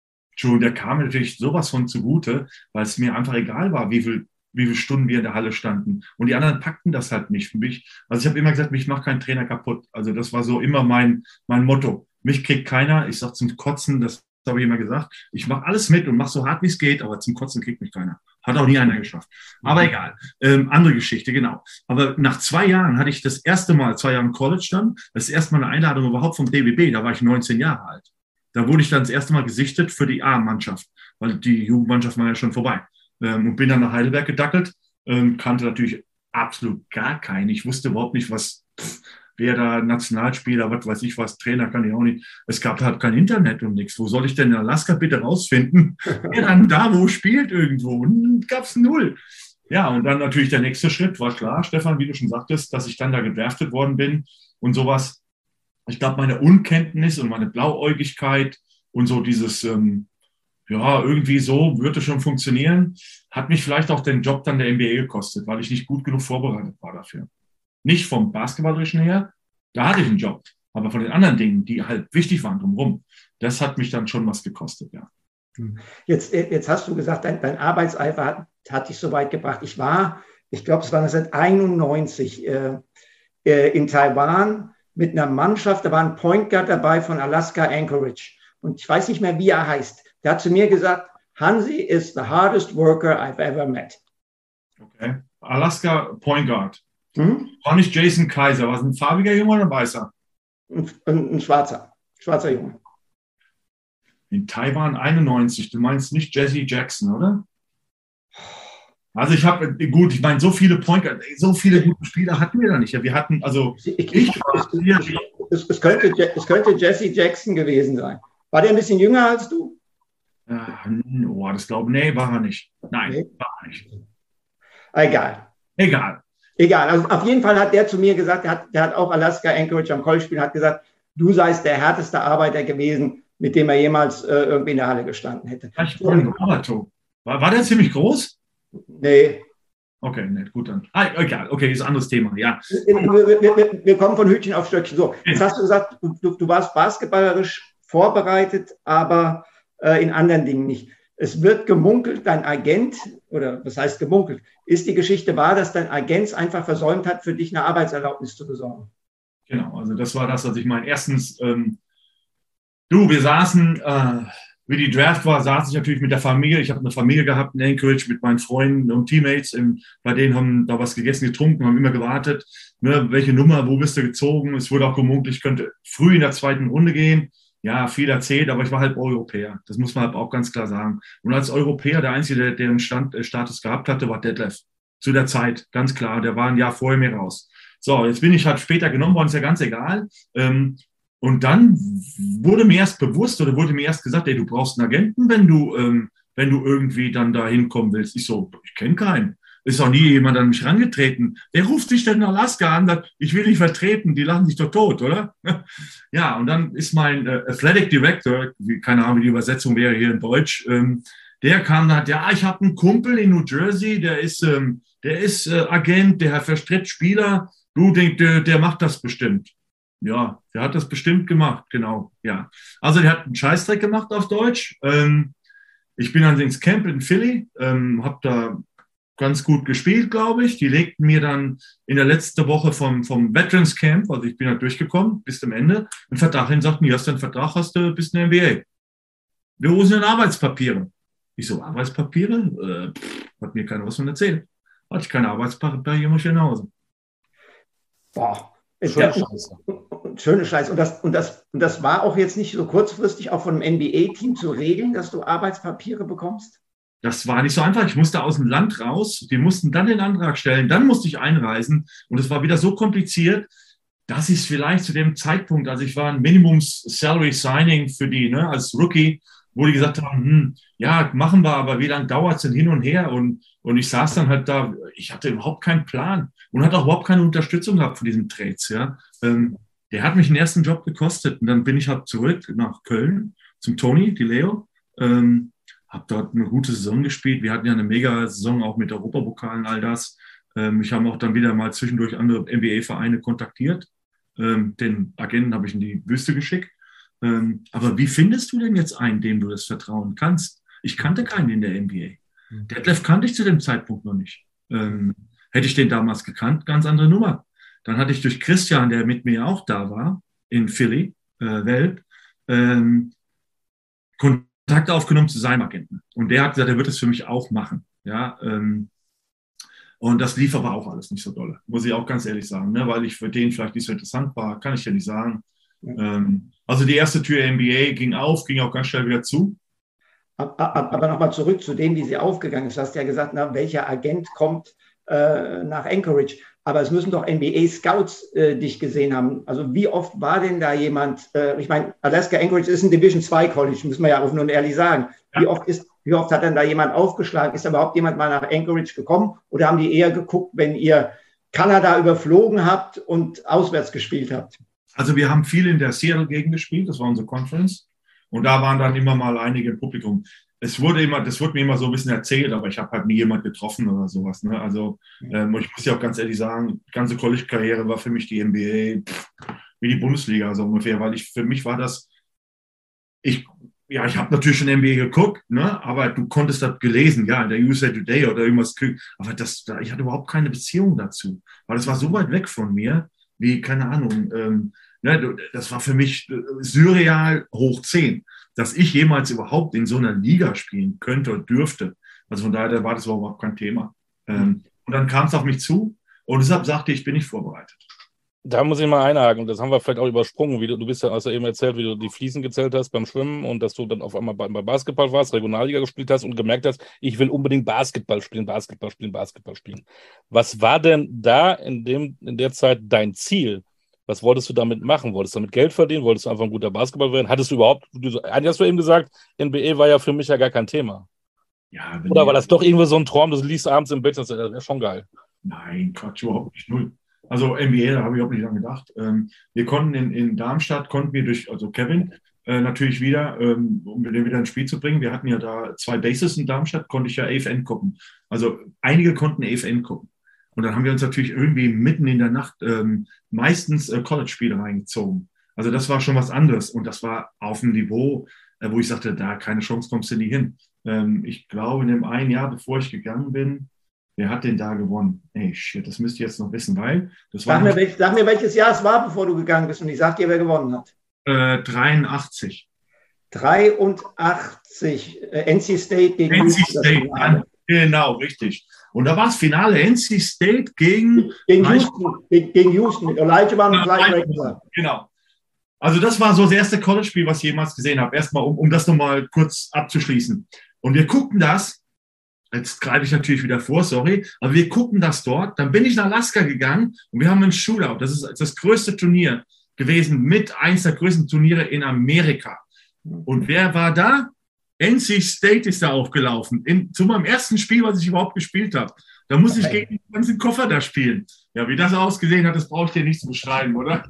der kam mir natürlich sowas von zugute, weil es mir einfach egal war, wie viel, wie viele Stunden wir in der Halle standen. Und die anderen packten das halt nicht für mich. Also ich habe immer gesagt, mich macht kein Trainer kaputt. Also das war so immer mein, mein Motto. Mich kriegt keiner. Ich sage zum Kotzen, das habe ich immer gesagt. Ich mache alles mit und mache so hart, wie es geht, aber zum Kotzen kriegt mich keiner. Hat auch nie einer geschafft. Aber egal. Ähm, andere Geschichte, genau. Aber nach zwei Jahren hatte ich das erste Mal, zwei Jahre im College dann, das erste Mal eine Einladung überhaupt vom D B B. Da war ich neunzehn Jahre alt. Da wurde ich dann das erste Mal gesichtet für die A-Mannschaft, weil die Jugendmannschaft war ja schon vorbei. Ähm, und bin dann nach Heidelberg gedackelt, ähm, kannte natürlich absolut gar keinen. Ich wusste überhaupt nicht, was, pff, wer da Nationalspieler, was weiß ich was, Trainer kann ich auch nicht. Es gab halt kein Internet und nichts. Wo soll ich denn in Alaska bitte rausfinden, wer dann da wo spielt irgendwo? Und gab es null. Ja, und dann natürlich der nächste Schritt war klar, Stefan, wie du schon sagtest, dass ich dann da gedraftet worden bin und sowas. Ich glaube, meine Unkenntnis und meine Blauäugigkeit und so dieses, ähm, ja, irgendwie so, würde schon funktionieren, hat mich vielleicht auch den Job dann der N B A gekostet, weil ich nicht gut genug vorbereitet war dafür. Nicht vom Basketballerischen her, da hatte ich einen Job, aber von den anderen Dingen, die halt wichtig waren drumherum, das hat mich dann schon was gekostet, ja. Jetzt, jetzt hast du gesagt, dein, dein Arbeitseifer hat, hat dich so weit gebracht. Ich war, ich glaube, es war neunzehnhunderteinundneunzig äh, äh, in Taiwan, mit einer Mannschaft, da war ein Point Guard dabei von Alaska Anchorage. Und ich weiß nicht mehr, wie er heißt. Der hat zu mir gesagt, Hansi is the hardest worker I've ever met. Okay. Alaska Point Guard. Hm? War nicht Jason Kaiser, war es ein farbiger Junge oder ein weißer? Ein, ein, ein schwarzer, schwarzer Junge. In Taiwan einundneunzig, du meinst nicht Jesse Jackson, oder? Also ich habe, gut, ich meine, so viele Point, so viele gute Spieler hatten wir da nicht. Wir hatten, also ich, ich, ich, es, es, könnte, es könnte Jesse Jackson gewesen sein. War der ein bisschen jünger als du? Äh, oh, das glaube ich, nee, war er nicht. Nein, nee. War er nicht. Egal. Egal. Egal. Also auf jeden Fall hat der zu mir gesagt, der hat, der hat auch Alaska Anchorage am College gespielt, hat gesagt, du seist der härteste Arbeiter gewesen, mit dem er jemals äh, irgendwie in der Halle gestanden hätte. War, war der ziemlich groß? Nee. Okay, nett, gut dann. Ah, egal, okay, ist ein anderes Thema, ja. Wir, wir, wir, wir kommen von Hütchen auf Stöckchen. So, jetzt hast du gesagt, du, du warst basketballerisch vorbereitet, aber äh, in anderen Dingen nicht. Es wird gemunkelt, dein Agent, oder was heißt gemunkelt, ist die Geschichte wahr, dass dein Agent es einfach versäumt hat, für dich eine Arbeitserlaubnis zu besorgen? Genau, also das war das, was ich meine. Erstens, ähm, du, wir saßen, äh, wie die Draft war, saß ich natürlich mit der Familie. Ich habe eine Familie gehabt in Anchorage mit meinen Freunden und Teammates. Im, bei denen haben da was gegessen, getrunken, haben immer gewartet. Ne, welche Nummer, wo bist du gezogen? Es wurde auch gemunkelt, ich könnte früh in der zweiten Runde gehen. Ja, viel erzählt, aber ich war halt Europäer. Das muss man halt auch ganz klar sagen. Und als Europäer, der Einzige, der, der einen Stand, äh, Status gehabt hatte, war Detlef. Zu der Zeit, ganz klar. Der war ein Jahr vorher mir raus. So, jetzt bin ich halt später genommen worden, ist ja ganz egal. Ähm, und dann wurde mir erst bewusst oder wurde mir erst gesagt, ey, du brauchst einen Agenten, wenn du, ähm, wenn du irgendwie dann da hinkommen willst. Ich so, ich kenne keinen. Ist auch nie jemand an mich rangetreten. Wer ruft dich denn in Alaska an? Sagt, ich will dich vertreten, die lachen dich doch tot, oder? Ja, und dann ist mein äh, Athletic Director, wie, keine Ahnung, wie die Übersetzung wäre hier in Deutsch, ähm, der kam und hat, ja, ich habe einen Kumpel in New Jersey, der ist, ähm, der ist äh, Agent, der verstritt Spieler, du, der, der macht das bestimmt. Ja, der hat das bestimmt gemacht, genau, ja. Also der hat einen Scheißdreck gemacht auf Deutsch. Ähm, ich bin dann ins Camp in Philly, ähm, habe da ganz gut gespielt, glaube ich. Die legten mir dann in der letzten Woche vom, vom Veterans Camp, also ich bin da durchgekommen, bis zum Ende, einen Vertrag hin, sagten, hier hast du einen Vertrag, hast du bis in der N B A. Wir holen denn Arbeitspapiere. Ich so, Arbeitspapiere? Äh, pff, hat mir keiner was von erzählt. Hatte ich keine Arbeitspapiere, muss ich nach Hause. Boah. Schöne Scheiße. Schöne Scheiße. Und das, und, das, und das war auch jetzt nicht so kurzfristig auch von einem N B A-Team zu regeln, dass du Arbeitspapiere bekommst? Das war nicht so einfach. Ich musste aus dem Land raus. Die mussten dann den Antrag stellen. Dann musste ich einreisen. Und es war wieder so kompliziert, dass ich es vielleicht zu dem Zeitpunkt, also ich war ein Minimums-Salary-Signing für die, ne, als Rookie, wo die gesagt haben, hm, ja, machen wir, aber wie lange dauert es denn hin und her? Und, und ich saß dann halt da, ich hatte überhaupt keinen Plan und hatte auch überhaupt keine Unterstützung gehabt von diesem Trades. Ja. Ähm, der hat mich den ersten Job gekostet und dann bin ich halt zurück nach Köln zum Tony, die Leo. Ähm, habe dort eine gute Saison gespielt. Wir hatten ja eine mega Saison auch mit Europapokal und all das. Ähm, ich habe auch dann wieder mal zwischendurch andere N B A-Vereine kontaktiert. Ähm, den Agenten habe ich in die Wüste geschickt. Ähm, aber wie findest du denn jetzt einen, dem du das vertrauen kannst? Ich kannte keinen in der N B A. Detlef kannte ich zu dem Zeitpunkt noch nicht. Ähm, hätte ich den damals gekannt, ganz andere Nummer. Dann hatte ich durch Christian, der mit mir auch da war, in Philly, äh, Welt, ähm, Kontakt aufgenommen zu seinem Agenten. Und der hat gesagt, er wird es für mich auch machen. Ja, ähm, und das lief aber auch alles nicht so dolle, muss ich auch ganz ehrlich sagen, ne? Weil ich für den vielleicht nicht so interessant war, kann ich ja nicht sagen. Ja. Ähm, also die erste Tür N B A ging auf, ging auch ganz schnell wieder zu. Aber nochmal zurück zu dem, wie sie aufgegangen ist. Du hast ja gesagt, na, welcher Agent kommt äh, nach Anchorage? Aber es müssen doch N B A-Scouts äh, dich gesehen haben. Also wie oft war denn da jemand, äh, ich meine, Alaska Anchorage ist ein Division zwei College, müssen wir ja offen und ehrlich sagen. Ja. Wie oft ist, wie oft hat denn da jemand aufgeschlagen? Ist da überhaupt jemand mal nach Anchorage gekommen? Oder haben die eher geguckt, wenn ihr Kanada überflogen habt und auswärts gespielt habt? Also wir haben viel in der Seattle-Gegend gespielt, das war unsere Conference. Und da waren dann immer mal einige im Publikum. Es wurde immer, das wurde mir immer so ein bisschen erzählt, aber ich habe halt nie jemand getroffen oder sowas. Ne? Also ähm, ich muss ja auch ganz ehrlich sagen, die ganze College-Karriere war für mich die N B A pff, wie die Bundesliga so ungefähr, weil ich für mich war das, ich ja, ich habe natürlich schon N B A geguckt, ne? Aber du konntest das gelesen, ja, in der U S A Today oder irgendwas. Aber das, ich hatte überhaupt keine Beziehung dazu, weil das war so weit weg von mir, wie, keine Ahnung, ähm, ne, das war für mich surreal hoch zehn, dass ich jemals überhaupt in so einer Liga spielen könnte und dürfte. Also von daher war das überhaupt kein Thema. Ähm, und dann kam es auf mich zu und deshalb sagte ich, bin ich vorbereitet. Da muss ich mal einhaken. Das haben wir vielleicht auch übersprungen. Wie du, du bist ja, hast ja eben erzählt, wie du die Fliesen gezählt hast beim Schwimmen und dass du dann auf einmal bei, bei Basketball warst, Regionalliga gespielt hast und gemerkt hast, ich will unbedingt Basketball spielen, Basketball spielen, Basketball spielen. Was war denn da in, dem, in der Zeit dein Ziel? Was wolltest du damit machen? Wolltest du damit Geld verdienen? Wolltest du einfach ein guter Basketballer werden? Hattest du überhaupt, du, eigentlich hast du eben gesagt, N B A war ja für mich ja gar kein Thema. Ja, Oder war das doch irgendwie so ein Traum, du liest abends im Bett, das wäre schon geil. Nein, Quatsch, überhaupt nicht, null. Also N B A, da habe ich auch nicht dran gedacht. Ähm, wir konnten in, in Darmstadt, konnten wir durch, also Kevin, äh, natürlich wieder, ähm, um den wieder ins Spiel zu bringen. Wir hatten ja da zwei Bases in Darmstadt, konnte ich ja A F N gucken. Also einige konnten A F N gucken. Und dann haben wir uns natürlich irgendwie mitten in der Nacht ähm, meistens äh, College-Spiele reingezogen. Also das war schon was anderes. Und das war auf einem Niveau, äh, wo ich sagte, da keine Chance, kommst du nie hin. Ähm, ich glaube, in dem einen Jahr, bevor ich gegangen bin, wer hat denn da gewonnen? Ey, shit, das müsst ihr jetzt noch wissen, weil das war. Sag mir, welch, sag mir, welches Jahr es war, bevor du gegangen bist, und ich sag dir, wer gewonnen hat. Äh, dreiundachtzig. dreiundachtzig, äh, N C State gegen N C State, ja, genau, richtig. Und da war das Finale N C State gegen. Gegen Houston, gegen, gegen Houston mit Elijah Wan und Clyde Drexler. Genau. Also, das war so das erste College-Spiel, was ich jemals gesehen habe. Erstmal, um, um das nochmal kurz abzuschließen. Und wir guckten das. Jetzt greife ich natürlich wieder vor, sorry, aber wir gucken das dort. Dann bin ich nach Alaska gegangen und wir haben einen Shootout. Das ist das größte Turnier gewesen, mit eins der größten Turniere in Amerika. Und wer war da? N C State ist da aufgelaufen. In, zu meinem ersten Spiel, was ich überhaupt gespielt habe. Da muss ich gegen den ganzen Koffer da spielen. Ja, wie das ausgesehen hat, das brauche ich dir nicht zu beschreiben, oder?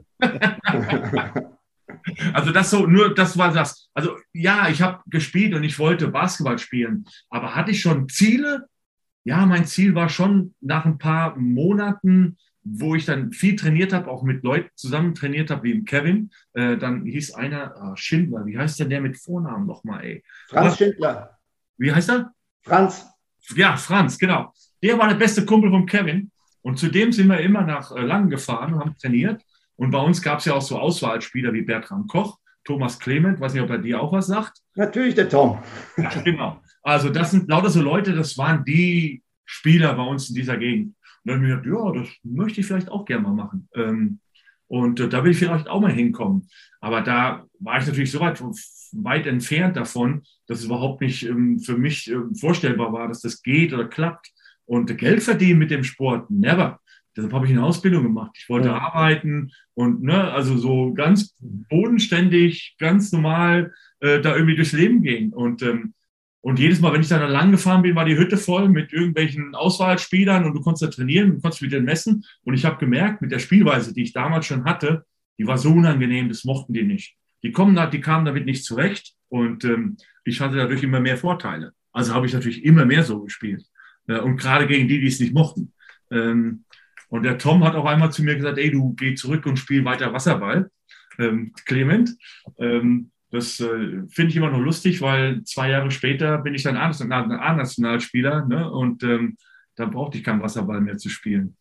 Also das so, nur das war das. Also ja, ich habe gespielt und ich wollte Basketball spielen, aber hatte ich schon Ziele? Ja, mein Ziel war schon nach ein paar Monaten, wo ich dann viel trainiert habe, auch mit Leuten zusammen trainiert habe, wie Kevin. Äh, dann hieß einer, ah, Schindler, wie heißt denn der mit Vornamen nochmal, ey? Franz Schindler. Wie heißt er? Franz. Ja, Franz, genau. Der war der beste Kumpel von Kevin und zudem sind wir immer nach äh, Langen gefahren und haben trainiert. Und bei uns gab es ja auch so Auswahlspieler wie Bertram Koch, Thomas Clement, weiß nicht, ob er dir auch was sagt. Natürlich der Tom. Ja, genau. Also das sind lauter so Leute, das waren die Spieler bei uns in dieser Gegend. Und dann habe ich mir gedacht, ja, das möchte ich vielleicht auch gerne mal machen. Ähm, und äh, da will ich vielleicht auch mal hinkommen. Aber da war ich natürlich so weit, weit entfernt davon, dass es überhaupt nicht ähm, für mich ähm, vorstellbar war, dass das geht oder klappt. Und Geld verdienen mit dem Sport, never. Deshalb habe ich eine Ausbildung gemacht. Ich wollte ja. arbeiten und ne, also so ganz bodenständig, ganz normal äh, da irgendwie durchs Leben gehen. Und, ähm, und jedes Mal, wenn ich dann lang gefahren bin, war die Hütte voll mit irgendwelchen Auswahlspielern und du konntest da trainieren, du konntest mit denen messen. Und ich habe gemerkt, mit der Spielweise, die ich damals schon hatte, die war so unangenehm, das mochten die nicht. Die, kommen da, die kamen damit nicht zurecht und ähm, ich hatte dadurch immer mehr Vorteile. Also habe ich natürlich immer mehr so gespielt. Äh, und gerade gegen die, die es nicht mochten. Ähm, Und der Tom hat auch einmal zu mir gesagt, ey, du geh zurück und spiel weiter Wasserball, ähm, Clement. Ähm, das äh, finde ich immer noch lustig, weil zwei Jahre später bin ich dann A-Nationalspieler, ne? Und ähm, dann brauchte ich keinen Wasserball mehr zu spielen.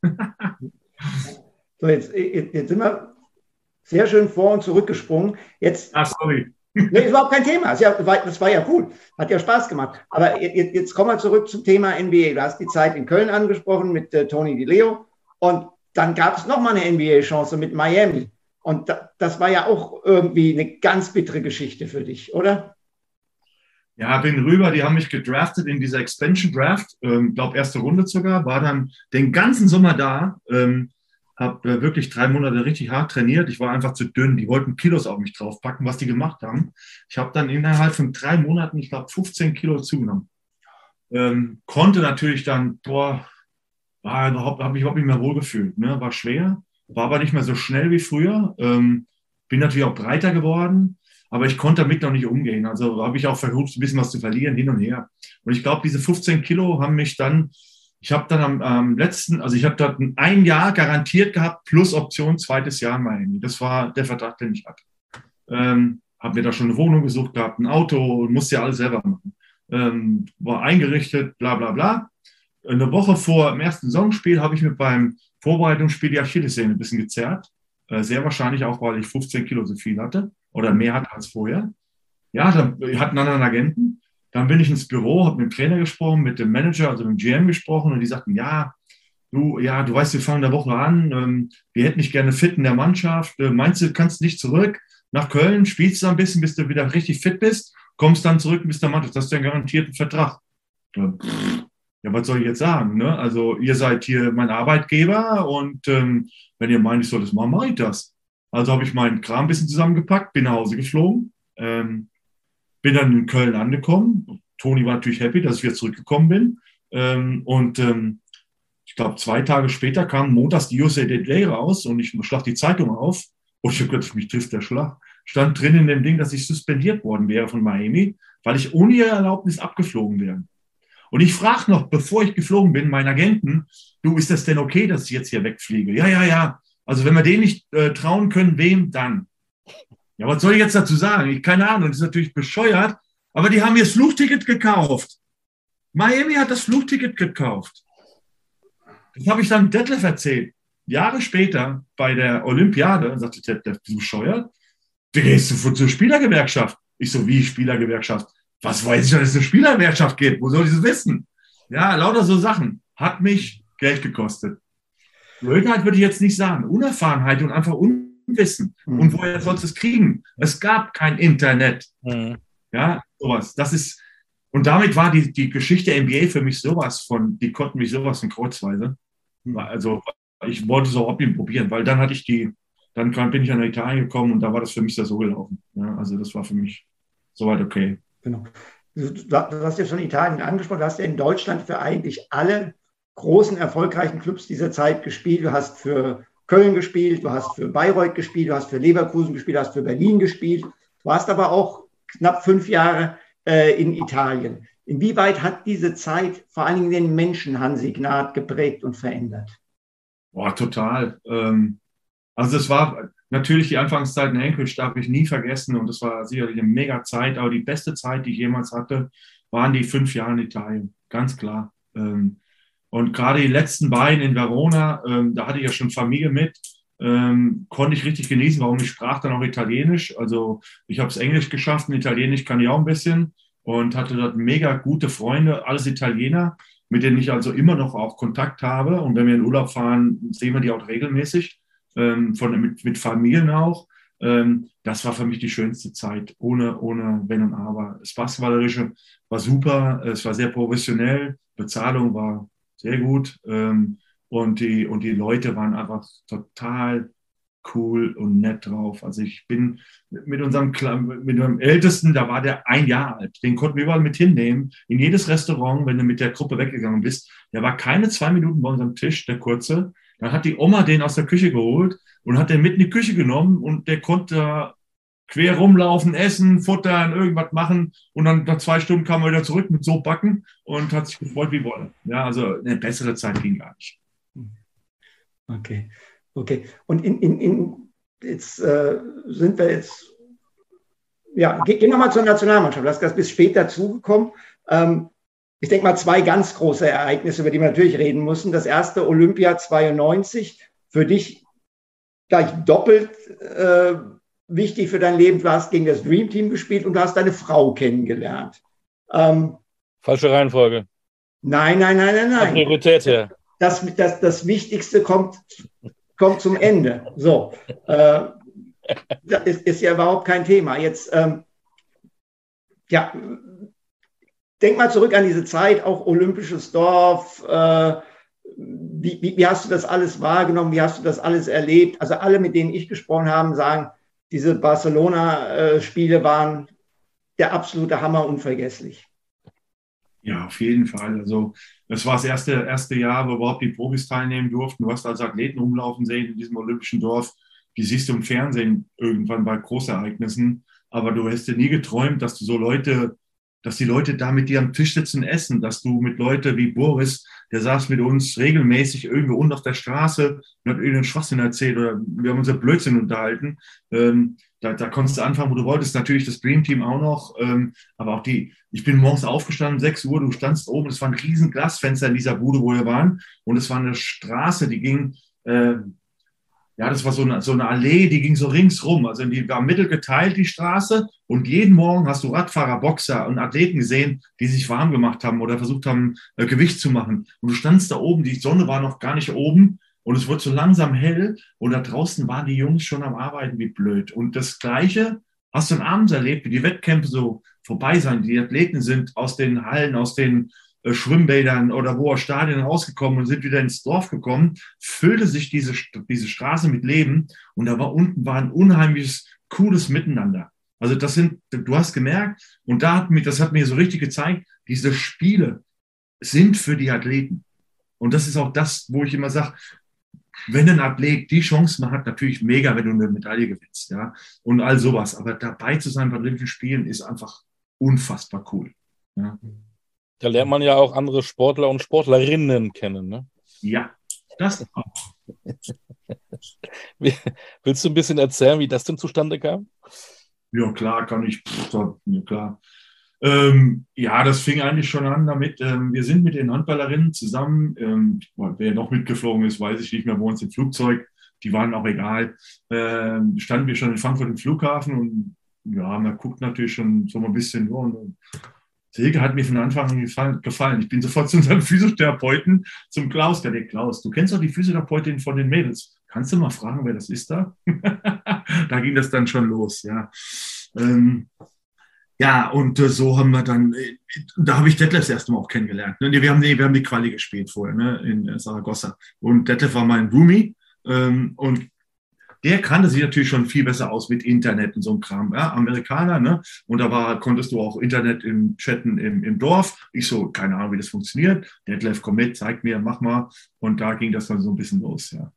So, jetzt, jetzt sind wir sehr schön vor- und zurückgesprungen. Jetzt, ah, sorry. Nee, ist überhaupt kein Thema. Das, ja, das war ja cool. Hat ja Spaß gemacht. Aber jetzt, jetzt kommen wir zurück zum Thema N B A. Du hast die Zeit in Köln angesprochen mit äh, Tony DiLeo. Und dann gab es nochmal eine N B A-Chance mit Miami. Und da, das war ja auch irgendwie eine ganz bittere Geschichte für dich, oder? Ja, bin rüber. Die haben mich gedraftet in dieser Expansion Draft. Ich ähm, glaube, erste Runde sogar. War dann den ganzen Sommer da. Ähm, habe äh, wirklich drei Monate richtig hart trainiert. Ich war einfach zu dünn. Die wollten Kilos auf mich draufpacken, was die gemacht haben. Ich habe dann innerhalb von drei Monaten, ich glaube, fünfzehn Kilo zugenommen. Ähm, konnte natürlich dann, boah, war überhaupt, habe ich überhaupt nicht mehr wohlgefühlt. Ne? War schwer, war aber nicht mehr so schnell wie früher. Ähm, bin natürlich auch breiter geworden, aber ich konnte damit noch nicht umgehen. Also habe ich auch versucht, ein bisschen was zu verlieren, hin und her. Und ich glaube, diese fünfzehn Kilo haben mich dann, ich habe dann am, am letzten, also ich habe dort ein Jahr garantiert gehabt, plus Option, zweites Jahr in Miami. Das war der Vertrag, den ich hatte. Ähm, habe mir da schon eine Wohnung gesucht gehabt, ein Auto, musste ja alles selber machen. Ähm, war eingerichtet, bla bla bla. Eine Woche vor dem ersten Saisonspiel habe ich mir beim Vorbereitungsspiel die Achillessehne ein bisschen gezerrt. Äh, sehr wahrscheinlich auch, weil ich fünfzehn Kilo so viel hatte oder mehr hatte als vorher. Ja, dann ich hatte einen anderen Agenten. Dann bin ich ins Büro, habe mit dem Trainer gesprochen, mit dem Manager, also mit dem G M gesprochen und die sagten, ja, du, ja, du weißt, wir fangen in der Woche an, ähm, wir hätten dich gerne fit in der Mannschaft, äh, meinst du, kannst nicht zurück nach Köln, spielst du ein bisschen, bis du wieder richtig fit bist, kommst dann zurück bis der Mannschaft, das ist ja einen garantierten Vertrag. Ja, pff, ja, was soll ich jetzt sagen, ne? Also ihr seid hier mein Arbeitgeber und ähm, wenn ihr meint, ich soll das machen, mache ich das. Also habe ich meinen Kram ein bisschen zusammengepackt, bin nach Hause geflogen, ähm, bin dann in Köln angekommen. Toni war natürlich happy, dass ich wieder zurückgekommen bin. Ähm, und ähm, ich glaube, zwei Tage später kam montags die U S A Today raus und ich schlag die Zeitung auf und ich habe gedacht, mich trifft der Schlag. Stand drin in dem Ding, dass ich suspendiert worden wäre von Miami, weil ich ohne ihre Erlaubnis abgeflogen wäre. Und ich frage noch, bevor ich geflogen bin, meinen Agenten, du, ist das denn okay, dass ich jetzt hier wegfliege? Ja, ja, ja. Also wenn wir denen nicht äh, trauen können, wem dann? Ja, was soll ich jetzt dazu sagen? Ich keine Ahnung, das ist natürlich bescheuert, aber die haben mir das Flugticket gekauft. Miami hat das Flugticket gekauft. Das habe ich dann Detlef erzählt. Jahre später bei der Olympiade sagte Detlef, bist du bescheuert? Wie gehst du zur Spielergewerkschaft? Ich so, wie Spielergewerkschaft? Was weiß ich, dass es eine Spielergewerkschaft gibt? Wo soll ich das wissen? Ja, lauter so Sachen. Hat mich Geld gekostet. Blödheit würde ich jetzt nicht sagen. Unerfahrenheit und einfach Unwissen. Mhm. Und woher sollst du es kriegen? Es gab kein Internet. Mhm. Ja, sowas. Das ist, und damit war die, die Geschichte N B A für mich sowas von, die konnten mich sowas von kreuzweise. Also ich wollte so Hobby probieren, weil dann hatte ich die, dann bin ich nach Italien gekommen und da war das für mich so gelaufen. Ja, also das war für mich soweit okay. Genau. Du, du hast ja schon Italien angesprochen, du hast ja in Deutschland für eigentlich alle großen, erfolgreichen Clubs dieser Zeit gespielt. Du hast für Köln gespielt, du hast für Bayreuth gespielt, du hast für Leverkusen gespielt, du hast für Berlin gespielt. Du warst aber auch knapp fünf Jahre äh, in Italien. Inwieweit hat diese Zeit vor allen Dingen den Menschen Hansi Gnad geprägt und verändert? Boah, total. Ähm, also es war natürlich die Anfangszeit in Anchorage, darf ich nie vergessen und das war sicherlich eine mega Zeit, aber die beste Zeit, die ich jemals hatte, waren die fünf Jahre in Italien, ganz klar. Ähm, und gerade die letzten beiden in Verona, ähm, da hatte ich ja schon Familie mit, ähm, konnte ich richtig genießen, warum ich sprach dann auch Italienisch. Also ich habe es Englisch geschafft, und Italienisch kann ich auch ein bisschen und hatte dort mega gute Freunde, alles Italiener, mit denen ich also immer noch auch Kontakt habe. Und wenn wir in Urlaub fahren, sehen wir die auch regelmäßig, ähm, von, mit, mit Familien auch. Ähm, das war für mich die schönste Zeit, ohne, ohne Wenn und Aber. Das Basketballerische war super, es war sehr professionell, Bezahlung war sehr gut ähm, und, die, und die Leute waren einfach total cool und nett drauf. Also ich bin mit unserem, mit unserem Ältesten, da war der ein Jahr alt, den konnten wir überall mit hinnehmen, in jedes Restaurant, wenn du mit der Gruppe weggegangen bist. Der war keine zwei Minuten bei unserem Tisch, der Kurze. Dann hat die Oma den aus der Küche geholt und hat den mit in die Küche genommen und der konnte quer rumlaufen, essen, futtern, irgendwas machen und dann nach zwei Stunden kam er wieder zurück mit so backen und hat sich gefreut wie Wolle. Ja, also eine bessere Zeit ging gar nicht. Okay, okay. Und in, in, in jetzt äh, sind wir jetzt, ja, gehen wir mal zur Nationalmannschaft. Das ist bis später zugekommen. Ähm, ich denke mal zwei ganz große Ereignisse, über die wir natürlich reden müssen. Das erste Olympia zweiundneunzig, für dich gleich doppelt äh, wichtig für dein Leben. Du hast gegen das Dream Team gespielt und du hast deine Frau kennengelernt. Ähm, Falsche Reihenfolge. Nein, nein, nein, nein, nein. Priorität her. Das, das, das Wichtigste kommt, kommt zum Ende. So, äh, das ist, ist ja überhaupt kein Thema. Jetzt, ähm, ja, denk mal zurück an diese Zeit, auch olympisches Dorf. Äh, wie, wie, wie hast du das alles wahrgenommen? Wie hast du das alles erlebt? Also alle, mit denen ich gesprochen habe, sagen, diese Barcelona-Spiele waren der absolute Hammer, unvergesslich. Ja, auf jeden Fall. Also das war das erste, erste Jahr, wo überhaupt die Profis teilnehmen durften. Du hast also Athleten rumlaufen sehen in diesem olympischen Dorf. Die siehst du im Fernsehen irgendwann bei Großereignissen. Aber du hast dir nie geträumt, dass du so Leute, dass die Leute da mit dir am Tisch sitzen, essen, dass du mit Leuten wie Boris, der saß mit uns regelmäßig irgendwo unten auf der Straße und hat irgendeinen Schwachsinn erzählt oder wir haben unser Blödsinn unterhalten. Ähm, da, da konntest du anfangen, wo du wolltest. Natürlich das Dream Team auch noch, ähm, aber auch die, ich bin morgens aufgestanden, sechs Uhr, du standst oben, es war ein riesen Glasfenster in dieser Bude, wo wir waren und es war eine Straße, die ging, äh, ja, das war so eine, so eine Allee, die ging so ringsrum. Also die war mittel geteilt, die Straße. Und jeden Morgen hast du Radfahrer, Boxer und Athleten gesehen, die sich warm gemacht haben oder versucht haben, äh, Gewicht zu machen. Und du standst da oben, die Sonne war noch gar nicht oben. Und es wurde so langsam hell. Und da draußen waren die Jungs schon am Arbeiten wie blöd. Und das Gleiche hast du dann abends erlebt, wie die Wettkämpfe so vorbei sind. Die Athleten sind aus den Hallen, aus den äh, Schwimmbädern oder wo aus Stadien rausgekommen und sind wieder ins Dorf gekommen. Füllte sich diese, diese Straße mit Leben. Und da war unten war ein unheimliches, cooles Miteinander. Also das sind, du hast gemerkt, und da hat mir, das hat mir so richtig gezeigt, diese Spiele sind für die Athleten. Und das ist auch das, wo ich immer sage, wenn ein Athlet die Chance man hat, natürlich mega, wenn du eine Medaille gewinnst, ja, und all sowas. Aber dabei zu sein bei Olympischen Spielen ist einfach unfassbar cool. Ja. Da lernt man ja auch andere Sportler und Sportlerinnen kennen, ne? Ja, das auch. Willst du ein bisschen erzählen, wie das denn zustande kam? Ja, klar, kann ich. Pff, ja, klar. Ähm, ja, das fing eigentlich schon an damit. Ähm, wir sind mit den Handballerinnen zusammen. Ähm, wer noch mitgeflogen ist, weiß ich nicht mehr, bei uns im Flugzeug. Die waren auch egal. Ähm, standen wir schon in Frankfurt im Flughafen und ja, man guckt natürlich schon so ein bisschen. Ja, und Silke hat mir von Anfang an gefallen. Ich bin sofort zu unserem Physiotherapeuten, zum Klaus. Der, der Klaus, du kennst doch die Physiotherapeutin von den Mädels. Kannst du mal fragen, wer das ist da? Da ging das dann schon los, ja. Ähm, ja, und äh, so haben wir dann, äh, da habe ich Detlef das erste Mal auch kennengelernt. Ne? Wir haben, nee, wir haben die Quali gespielt vorher, ne? In äh, Saragossa. Und Detlef war mein Roomie. Ähm, und der kannte sich natürlich schon viel besser aus mit Internet und so einem Kram. Ja, Amerikaner, ne? Und da war, konntest du auch Internet im Chatten im, im Dorf. Ich so, keine Ahnung, wie das funktioniert. Detlef, komm mit, zeig mir, mach mal. Und da ging das dann so ein bisschen los, ja.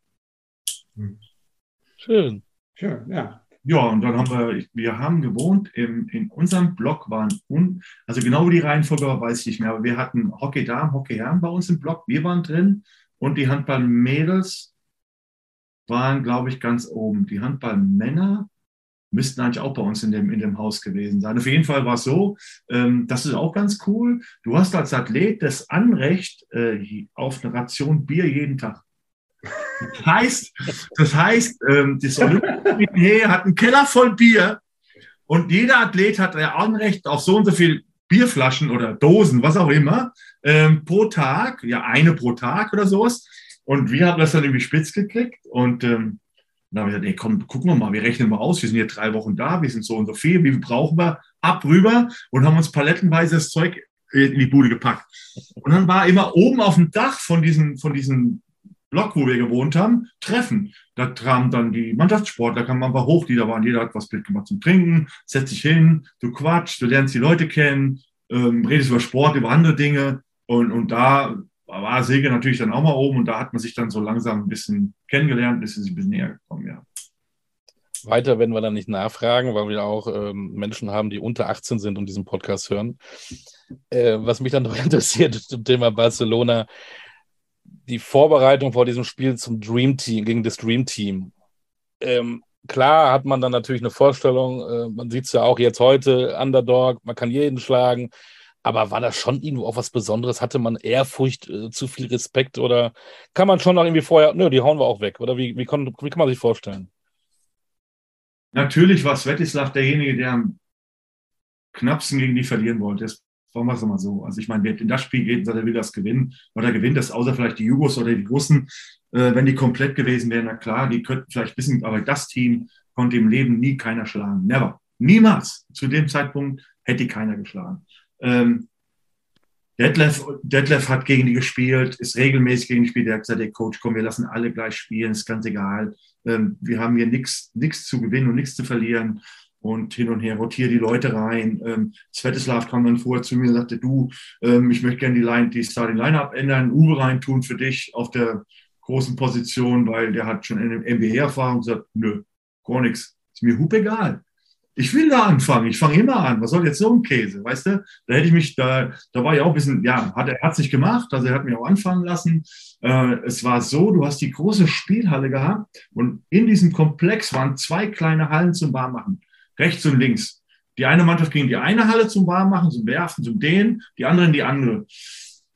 Schön. Schön, ja. Ja, und dann haben wir, wir haben gewohnt, im, in unserem Block waren, un, also genau wie die Reihenfolge war, weiß ich nicht mehr, aber wir hatten Hockey-Damen, Hockey-Herren bei uns im Block, wir waren drin und die Handball-Mädels waren, glaube ich, ganz oben. Die Handball-Männer müssten eigentlich auch bei uns in dem, in dem Haus gewesen sein. Auf jeden Fall war es so, ähm, das ist auch ganz cool, du hast als Athlet das Anrecht äh, auf eine Ration Bier jeden Tag. Das heißt, das heißt, ähm, das Olympische hat einen Keller voll Bier und jeder Athlet hat ein Anrecht auf so und so viel Bierflaschen oder Dosen, was auch immer, ähm, pro Tag, ja eine pro Tag oder sowas. Und wir haben das dann irgendwie spitz gekriegt und ähm, dann haben wir gesagt, ey, komm, gucken wir mal, wir rechnen mal aus, wir sind jetzt drei Wochen da, wir sind so und so viel, wie viel brauchen wir, ab rüber und haben uns palettenweise das Zeug in die Bude gepackt. Und dann war immer oben auf dem Dach von diesen, von diesen Block, wo wir gewohnt haben, Treffen. Da kamen dann die Mannschaftssportler, da kamen einfach hoch, die da waren, jeder hat was mitgemacht zum Trinken, setzt sich hin, du quatschst, du lernst die Leute kennen, ähm, redest über Sport, über andere Dinge und, und da war Silke natürlich dann auch mal oben und da hat man sich dann so langsam ein bisschen kennengelernt, ist sich ein bisschen näher gekommen, ja. Weiter werden wir dann nicht nachfragen, weil wir auch ähm, Menschen haben, die unter achtzehn sind und diesen Podcast hören. Äh, was mich dann noch interessiert zum Thema Barcelona, die Vorbereitung vor diesem Spiel zum Dream Team, gegen das Dream Team. Ähm, klar hat man dann natürlich eine Vorstellung, äh, man sieht es ja auch jetzt heute, Underdog, man kann jeden schlagen, aber war das schon irgendwo auch was Besonderes? Hatte man Ehrfurcht, äh, zu viel Respekt oder kann man schon noch irgendwie vorher, nö, die hauen wir auch weg, oder wie, wie, kann, wie kann man sich vorstellen? Natürlich war Svetislav derjenige, der am knappsten gegen die verlieren wollte. Das Sagen wir es mal so. Also ich meine, wer in das Spiel geht und sagt, er will das gewinnen, oder gewinnt das, außer vielleicht die Jugos oder die Russen, äh, wenn die komplett gewesen wären, na klar, die könnten vielleicht wissen, aber das Team konnte im Leben nie keiner schlagen. Never. Niemals. Zu dem Zeitpunkt hätte die keiner geschlagen. Ähm, Detlef, Detlef hat gegen die gespielt, ist regelmäßig gegen die gespielt. Der hat gesagt, der Coach, komm, wir lassen alle gleich spielen, ist ganz egal. Ähm, wir haben hier nichts zu gewinnen und nichts zu verlieren. Und hin und her rotiere die Leute rein. Ähm, Svetislav kam dann vorher zu mir und sagte, du, ähm, ich möchte gerne die, Line, die Starting Line-Up ändern, Uwe reintun für dich auf der großen Position, weil der hat schon eine N B A-Erfahrung und sagt, nö, gar nichts. Ist mir hup egal. Ich will da anfangen. Ich fange immer an. Was soll jetzt so ein Käse, weißt du? Da hätte ich mich, da, da war ich auch ein bisschen, ja, hat er hat es nicht gemacht, also er hat mich auch anfangen lassen. Äh, es war so, du hast die große Spielhalle gehabt und in diesem Komplex waren zwei kleine Hallen zum Warmmachen. Rechts und links. Die eine Mannschaft ging in die eine Halle zum Warmmachen, zum Werfen, zum Dehnen, die andere in die andere.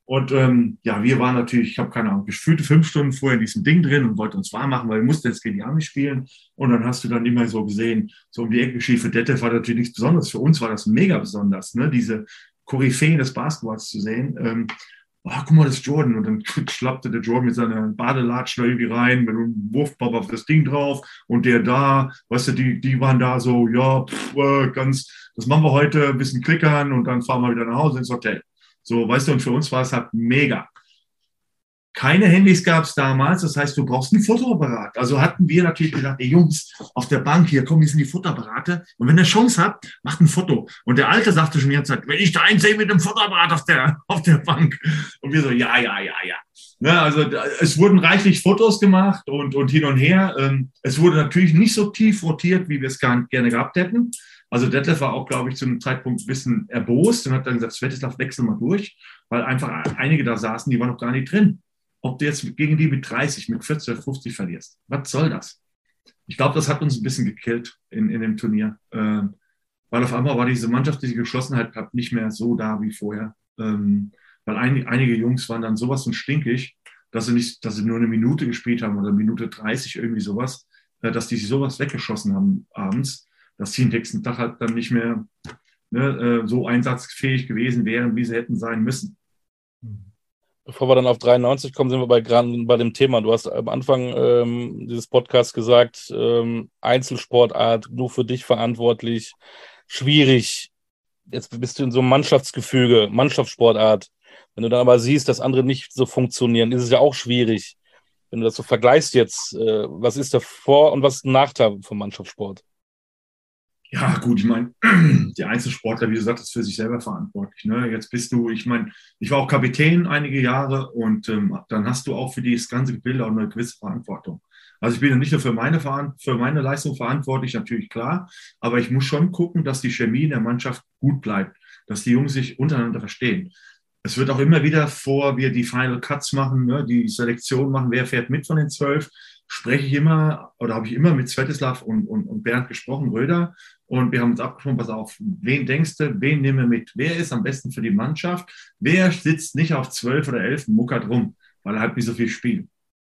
Und ähm, ja, wir waren natürlich, ich habe keine Ahnung, gefühlte fünf Stunden vorher in diesem Ding drin und wollten uns warm machen, weil wir mussten jetzt gegen die Army spielen. Und dann hast du dann immer so gesehen, so um die Ecke geschieht. Für Detlef war natürlich nichts Besonderes. Für uns war das mega besonders, ne? Diese Koryphäen des Basketballs zu sehen. Ähm, oh, guck mal, das ist Jordan. Und dann schlappte der Jordan mit seiner Badelatschen da irgendwie rein, mit einem Wurfball auf das Ding drauf. Und der da, weißt du, die, die waren da so, ja, pff, äh, ganz, das machen wir heute, ein bisschen klickern und dann fahren wir wieder nach Hause ins Hotel. So, weißt du, und für uns war es halt mega. Keine Handys gab es damals, das heißt, du brauchst einen Fotoapparat. Also hatten wir natürlich gesagt, ey Jungs, auf der Bank hier, komm, hier sind die Fotoapparate. Und wenn ihr Chance habt, macht ein Foto. Und der Alte sagte schon die ganze Zeit, wenn ich da einen sehe mit einem Fotoapparat auf der, auf der Bank. Und wir so, ja, ja, ja, ja. Ja, also es wurden reichlich Fotos gemacht und, und hin und her. Es wurde natürlich nicht so tief rotiert, wie wir es gerne gehabt hätten. Also Detlef war auch, glaube ich, zu einem Zeitpunkt ein bisschen erbost und hat dann gesagt, Svetislav, wechsel mal durch, weil einfach einige da saßen, die waren noch gar nicht drin. Ob du jetzt gegen die mit dreißig, mit vierzig, fünfzig verlierst. Was soll das? Ich glaube, das hat uns ein bisschen gekillt in, in dem Turnier. Ähm, weil auf einmal war diese mannschaftliche Geschlossenheit nicht mehr so da wie vorher. Ähm, weil ein, einige Jungs waren dann sowas von stinkig, dass sie, nicht, dass sie nur eine Minute gespielt haben oder Minute dreißig, irgendwie sowas, äh, dass die sich sowas weggeschossen haben abends, dass sie am nächsten Tag halt dann nicht mehr ne, so einsatzfähig gewesen wären, wie sie hätten sein müssen. Bevor wir dann auf dreiundneunzig kommen, sind wir bei, gerade bei dem Thema. Du hast am Anfang ähm, dieses Podcasts gesagt, ähm, Einzelsportart, nur für dich verantwortlich, schwierig. Jetzt bist du in so einem Mannschaftsgefüge, Mannschaftssportart. Wenn du dann aber siehst, dass andere nicht so funktionieren, ist es ja auch schwierig. Wenn du das so vergleichst jetzt, äh, was ist der Vor- und was ist ein Nachteil vom Mannschaftssport? Ja, gut, ich meine, der Einzelsportler, wie du sagst, ist für sich selber verantwortlich. Ne? Jetzt bist du, ich meine, ich war auch Kapitän einige Jahre und ähm, dann hast du auch für dieses ganze Gebilde auch eine gewisse Verantwortung. Also ich bin ja nicht nur für meine, für meine Leistung verantwortlich, natürlich klar, aber ich muss schon gucken, dass die Chemie in der Mannschaft gut bleibt, dass die Jungs sich untereinander verstehen. Es wird auch immer wieder, vor wir die Final Cuts machen, ne, die Selektion machen, wer fährt mit von den zwölf, spreche ich immer oder habe ich immer mit Svetislav und, und, und Bernd gesprochen, Röder. Und wir haben uns abgesprochen, pass auf, wen denkst du, wen nehmen wir mit? Wer ist am besten für die Mannschaft? Wer sitzt nicht auf zwölf oder elf und muckert rum, weil er halt nicht so viel spielt?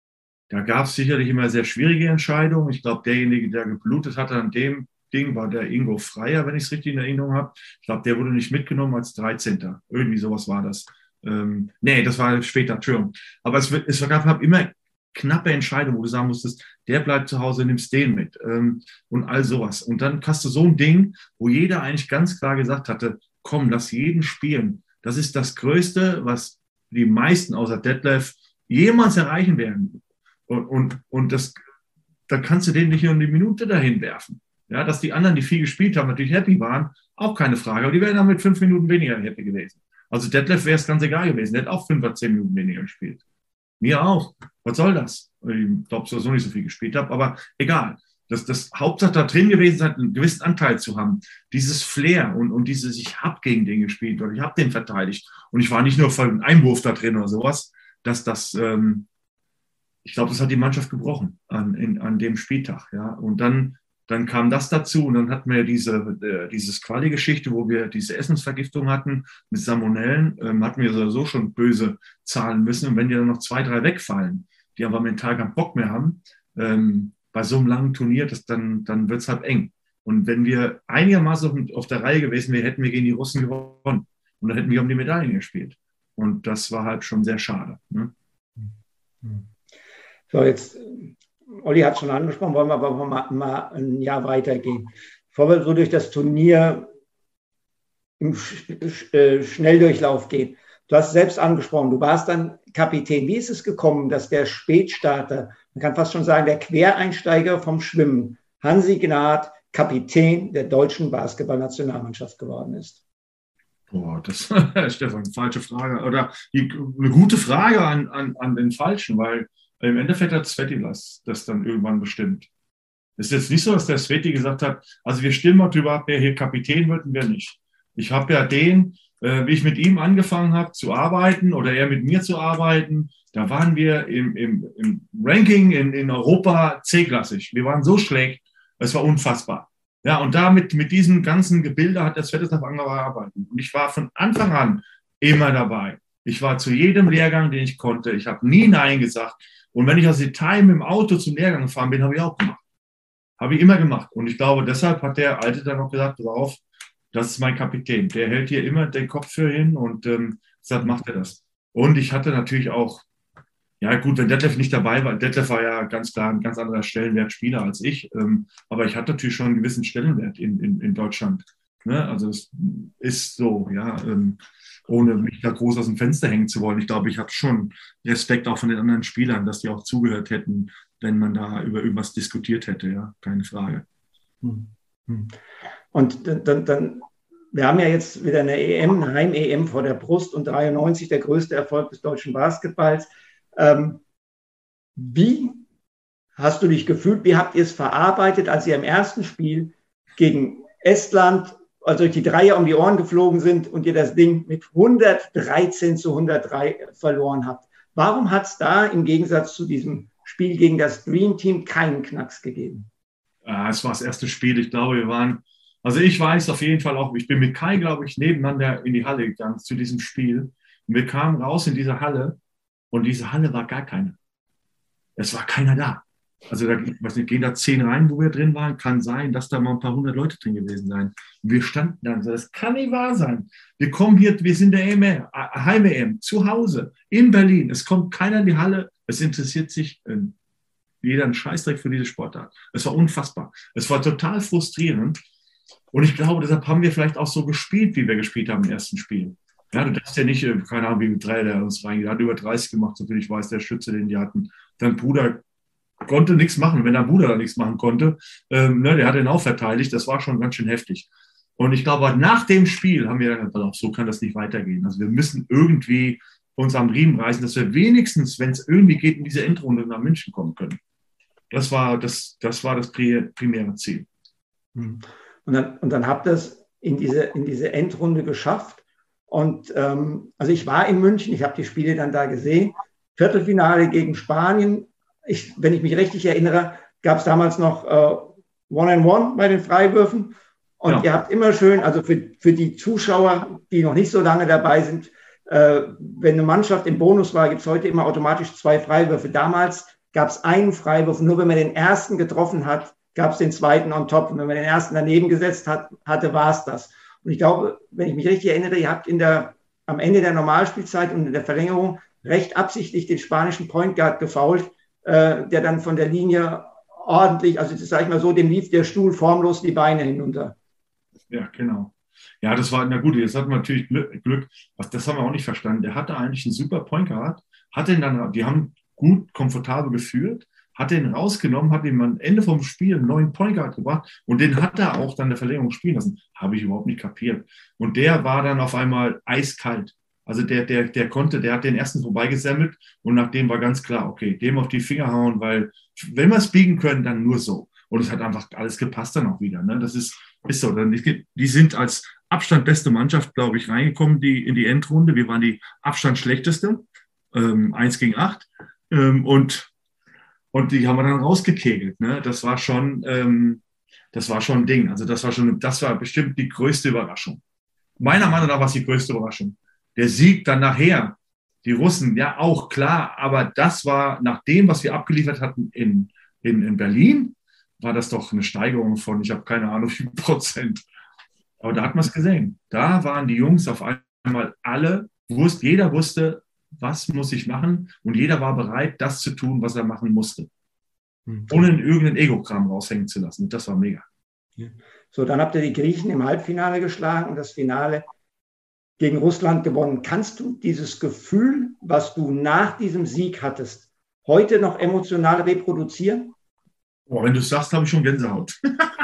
Da gab es sicherlich immer sehr schwierige Entscheidungen. Ich glaube, derjenige, der geblutet hatte an dem Ding, war der Ingo Freier, wenn ich es richtig in Erinnerung habe. Ich glaube, der wurde nicht mitgenommen als dreizehnter Irgendwie sowas war das. Ähm, nee, das war später, Entschuldigung. Aber es, es gab immer knappe Entscheidung, wo du sagen musstest, der bleibt zu Hause, nimmst den mit ähm, und all sowas. Und dann hast du so ein Ding, wo jeder eigentlich ganz klar gesagt hatte, komm, lass jeden spielen. Das ist das Größte, was die meisten außer Detlef jemals erreichen werden. Und, und, und das, da kannst du den nicht nur eine Minute dahin werfen. Ja, dass die anderen, die viel gespielt haben, natürlich happy waren, auch keine Frage. Aber die wären dann mit fünf Minuten weniger happy gewesen. Also Detlef wäre es ganz egal gewesen. Der hat auch fünf oder zehn Minuten weniger gespielt. Mir auch. Was soll das? Ich glaube, dass ich so nicht so viel gespielt habe, aber egal. Das, das Hauptsache da drin gewesen sein, einen gewissen Anteil zu haben. Dieses Flair und, und dieses, ich habe gegen den gespielt oder ich habe den verteidigt. Und ich war nicht nur für einen Einwurf da drin oder sowas, dass das, ähm, ich glaube, das hat die Mannschaft gebrochen an, in, an dem Spieltag. Ja. Und dann, dann kam das dazu und dann hatten wir diese, äh, dieses Quali-Geschichte, wo wir diese Essensvergiftung hatten mit Salmonellen, ähm, hatten wir sowieso schon böse zahlen müssen. Und wenn dir dann noch zwei, drei wegfallen, die aber mental keinen Bock mehr haben, ähm, bei so einem langen Turnier, das, dann, dann wird es halt eng. Und wenn wir einigermaßen auf, auf der Reihe gewesen wären, hätten wir gegen die Russen gewonnen. Und dann hätten wir um die Medaillen gespielt. Und das war halt schon sehr schade. Ne? So, jetzt, Olli hat es schon angesprochen, wollen wir aber mal, mal ein Jahr weitergehen. Bevor wir so durch das Turnier im Schnelldurchlauf gehen. Du hast es selbst angesprochen, du warst dann Kapitän. Wie ist es gekommen, dass der Spätstarter, man kann fast schon sagen, der Quereinsteiger vom Schwimmen, Hansi Gnad, Kapitän der deutschen Basketballnationalmannschaft geworden ist? Boah, das ist Stefan, eine falsche Frage. Oder die, eine gute Frage an, an, an den Falschen, weil im Endeffekt hat Svetislav das dann irgendwann bestimmt. Es ist jetzt nicht so, dass der Sveti gesagt hat, also wir stimmen mal drüber ab, wer hier Kapitän wird und wer nicht. Ich habe ja den, äh, wie ich mit ihm angefangen habe zu arbeiten oder er mit mir zu arbeiten, da waren wir im, im, im Ranking in, in Europa C-klassig. Wir waren so schlecht, es war unfassbar. Ja, und damit, mit diesem ganzen Gebilde hat der Svetislav angefangen zu arbeiten. Und ich war von Anfang an immer dabei. Ich war zu jedem Lehrgang, den ich konnte. Ich habe nie Nein gesagt. Und wenn ich aus Italien mit dem Auto zum Lehrgang gefahren bin, habe ich auch gemacht. Habe ich immer gemacht. Und ich glaube, deshalb hat der Alte dann noch gesagt, pass auf, das ist mein Kapitän. Der hält hier immer den Kopf für hin und ähm, deshalb macht er das. Und ich hatte natürlich auch, ja gut, wenn Detlef nicht dabei war, Detlef war ja ganz klar ein ganz anderer Stellenwertspieler als ich, ähm, aber ich hatte natürlich schon einen gewissen Stellenwert in, in, in Deutschland. Ne? Also es ist so, ja, ähm, ohne mich da groß aus dem Fenster hängen zu wollen. Ich glaube, ich habe schon Respekt auch von den anderen Spielern, dass die auch zugehört hätten, wenn man da über irgendwas diskutiert hätte, ja, keine Frage. Und dann, dann, wir haben ja jetzt wieder eine E M, eine Heim-E M vor der Brust und dreiundneunzig der größte Erfolg des deutschen Basketballs. Ähm, wie hast du dich gefühlt, wie habt ihr es verarbeitet, als ihr im ersten Spiel gegen Estland, als euch die Dreier um die Ohren geflogen sind und ihr das Ding mit hundertdreizehn zu hundertdrei verloren habt? Warum hat es da im Gegensatz zu diesem Spiel gegen das Dream Team keinen Knacks gegeben? Ja, es war das erste Spiel. Ich glaube, wir waren, also ich weiß auf jeden Fall auch, ich bin mit Kai, glaube ich, nebeneinander in die Halle gegangen zu diesem Spiel. Und wir kamen raus in diese Halle und diese Halle war gar keine. Es war keiner da. Also da was nicht, gehen da zehn rein, wo wir drin waren. Kann sein, dass da mal ein paar hundert Leute drin gewesen sein. Und wir standen dann so, das kann nicht wahr sein. Wir kommen hier, wir sind der E M, Heim-E M, zu Hause, in Berlin. Es kommt keiner in die Halle. Es interessiert sich äh, jeder einen Scheißdreck für diese Sportart. Es war unfassbar. Es war total frustrierend. Und ich glaube, deshalb haben wir vielleicht auch so gespielt, wie wir gespielt haben im ersten Spiel. Ja, du darfst ja nicht, keine Ahnung, wie mit drei, der uns reingeht. Der hat über dreißig gemacht, soviel ich weiß, der Schütze, den die hatten. Dein Bruder konnte nichts machen. Wenn dein Bruder da nichts machen konnte, ähm, ne, der hat ihn auch verteidigt. Das war schon ganz schön heftig. Und ich glaube, nach dem Spiel haben wir dann gesagt, so kann das nicht weitergehen. Also wir müssen irgendwie uns am Riemen reißen, dass wir wenigstens, wenn es irgendwie geht, in diese Endrunde nach München kommen können. Das war das, das, war das primäre Ziel. Und dann, und dann habt ihr es in diese, in diese Endrunde geschafft. Und ähm, also ich war in München, ich habe die Spiele dann da gesehen. Viertelfinale gegen Spanien. Ich, wenn ich mich richtig erinnere, gab es damals noch äh, One-and-One bei den Freiwürfen. Und ja. Ihr habt immer schön, also für, für die Zuschauer, die noch nicht so lange dabei sind, äh, wenn eine Mannschaft im Bonus war, gibt es heute immer automatisch zwei Freiwürfe. Damals gab es einen Freiwurf. Nur wenn man den ersten getroffen hat, gab es den zweiten on top. Und wenn man den ersten daneben gesetzt hat, hatte, war es das. Und ich glaube, wenn ich mich richtig erinnere, ihr habt in der, am Ende der Normalspielzeit und in der Verlängerung recht absichtlich den spanischen Point Guard gefoult, äh, der dann von der Linie ordentlich, also das sage ich mal so, dem lief der Stuhl formlos die Beine hinunter. Ja, genau. Ja, das war, na gut, jetzt hatten wir natürlich Glück, Glück, das haben wir auch nicht verstanden. Der hatte eigentlich einen super Point Guard, hat den dann, die haben gut, komfortabel geführt, hat den rausgenommen, hat ihm am Ende vom Spiel einen neuen Point Guard gebracht und den hat er auch dann in der Verlängerung spielen lassen. Habe ich überhaupt nicht kapiert. Und der war dann auf einmal eiskalt. Also der, der, der konnte, der hat den ersten vorbeigesammelt und nach dem war ganz klar, okay, dem auf die Finger hauen, weil wenn wir es biegen können, dann nur so. Und es hat einfach alles gepasst dann auch wieder. Ne? Das ist, ist so. Die sind als Abstand beste Mannschaft, glaube ich, reingekommen die, in die Endrunde. Wir waren die Abstand schlechteste, ähm, eins gegen acht. Ähm, und Und die haben wir dann rausgekegelt. Ne? Das war schon, ähm, das war schon ein Ding. Also das war schon, das war bestimmt die größte Überraschung. Meiner Meinung nach war es die größte Überraschung. Der Sieg dann nachher, die Russen, ja auch klar, aber das war nach dem, was wir abgeliefert hatten in, in, in Berlin, war das doch eine Steigerung von, ich habe keine Ahnung, wie viel Prozent. Aber da hat man es gesehen. Da waren die Jungs auf einmal alle, wusste, jeder wusste, was muss ich machen? Und jeder war bereit, das zu tun, was er machen musste. Mhm. Ohne irgendeinen Ego-Kram raushängen zu lassen. Und das war mega. So, dann habt ihr die Griechen im Halbfinale geschlagen und das Finale gegen Russland gewonnen. Kannst du dieses Gefühl, was du nach diesem Sieg hattest, heute noch emotional reproduzieren? Oh, wenn du es sagst, habe ich schon Gänsehaut.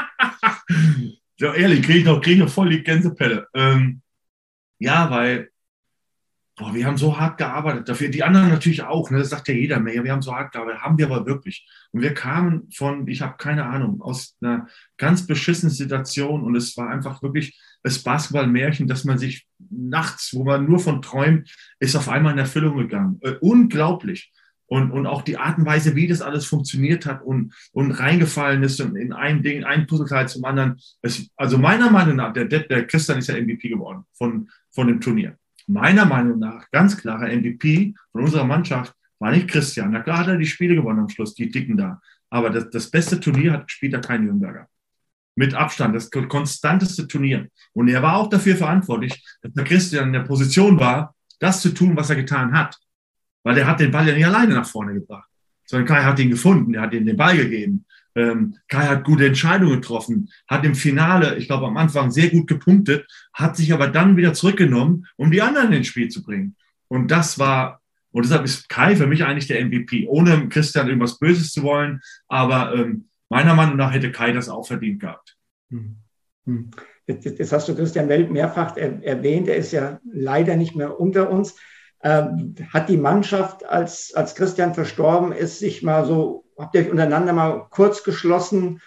Ja, ehrlich, kriege ich, noch, krieg ich noch voll die Gänsepelle. Ähm, ja, weil boah, wir haben so hart gearbeitet dafür. Die anderen natürlich auch, ne? Das sagt ja jeder mehr. Wir haben so hart gearbeitet, haben wir aber wirklich. Und wir kamen von, ich habe keine Ahnung, aus einer ganz beschissenen Situation und es war einfach wirklich das Basketballmärchen, dass man sich nachts, wo man nur von träumt, ist auf einmal in Erfüllung gegangen. Äh, unglaublich. Und, und auch die Art und Weise, wie das alles funktioniert hat und, und reingefallen ist und in einem Ding, ein Puzzleteil zum anderen. Es, also meiner Meinung nach, der, der Christian ist ja M V P geworden von, von dem Turnier. meiner Meinung nach ganz klarer M V P von unserer Mannschaft war nicht Christian. Na klar hat er die Spiele gewonnen am Schluss, die Dicken da. Aber das, das beste Turnier hat gespielt da kein Nürnberger. Mit Abstand, das konstanteste Turnier. Und er war auch dafür verantwortlich, dass der Christian in der Position war, das zu tun, was er getan hat. Weil der hat den Ball ja nicht alleine nach vorne gebracht, sondern Kai hat ihn gefunden, der hat ihm den Ball gegeben. Ähm, Kai hat gute Entscheidungen getroffen, hat im Finale, ich glaube am Anfang, sehr gut gepunktet, hat sich aber dann wieder zurückgenommen, um die anderen ins Spiel zu bringen. Und das war, und deshalb ist Kai für mich eigentlich der M V P, ohne Christian irgendwas Böses zu wollen, aber ähm, meiner Meinung nach hätte Kai das auch verdient gehabt. Hm. Hm. Jetzt, jetzt hast du Christian Welp mehrfach er, erwähnt, er ist ja leider nicht mehr unter uns. Ähm, hat die Mannschaft, als, als Christian verstorben ist, sich mal so, habt ihr euch untereinander mal kurz geschlossen?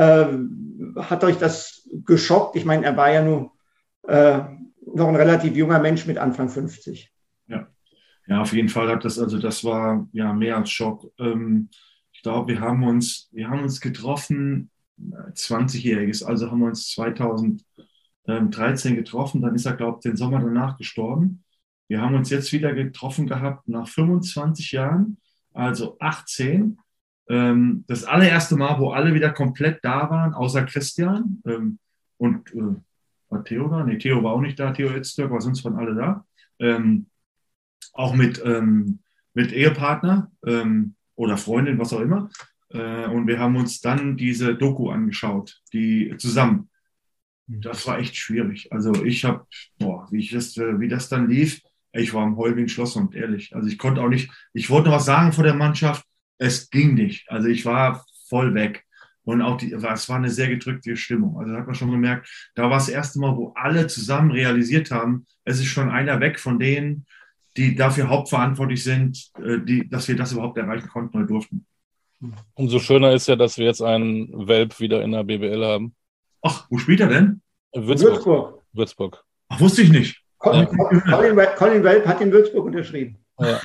Ähm, hat euch das geschockt? Ich meine, er war ja nur äh, noch ein relativ junger Mensch mit Anfang fünfzig. Ja, ja, auf jeden Fall hat das, also das war ja mehr als Schock. Ähm, ich glaube, wir haben uns, wir haben uns getroffen, zwanzigjähriges, also haben wir uns zweitausenddreizehn getroffen, dann ist er, glaube ich, den Sommer danach gestorben. Wir haben uns jetzt wieder getroffen gehabt nach fünfundzwanzig Jahren, also achtzehn. Ähm, das allererste Mal, wo alle wieder komplett da waren, außer Christian. Ähm, und äh, war Theo da? Nee, Theo war auch nicht da, Theo Itztürk, aber sonst waren alle da. Ähm, auch mit, ähm, mit Ehepartner ähm, oder Freundin, was auch immer. Äh, und wir haben uns dann diese Doku angeschaut, die zusammen. Das war echt schwierig. Also ich habe, boah, wie, ich das, wie das dann lief, ich war am Heulen wie ein Schloss und ehrlich. Also ich konnte auch nicht, ich wollte noch was sagen vor der Mannschaft, es ging nicht. Also ich war voll weg. Und auch die, es war eine sehr gedrückte Stimmung. Also da hat man schon gemerkt, da war das erste Mal, wo alle zusammen realisiert haben, es ist schon einer weg von denen, die dafür hauptverantwortlich sind, die, dass wir das überhaupt erreichen konnten oder durften. Umso schöner ist ja, dass wir jetzt einen Welp wieder in der B B L haben. Ach, wo spielt er denn? Würzburg. Würzburg. Würzburg. Ach, wusste ich nicht. Colin, ja. Colin, Colin Welp hat in Würzburg unterschrieben. Ja.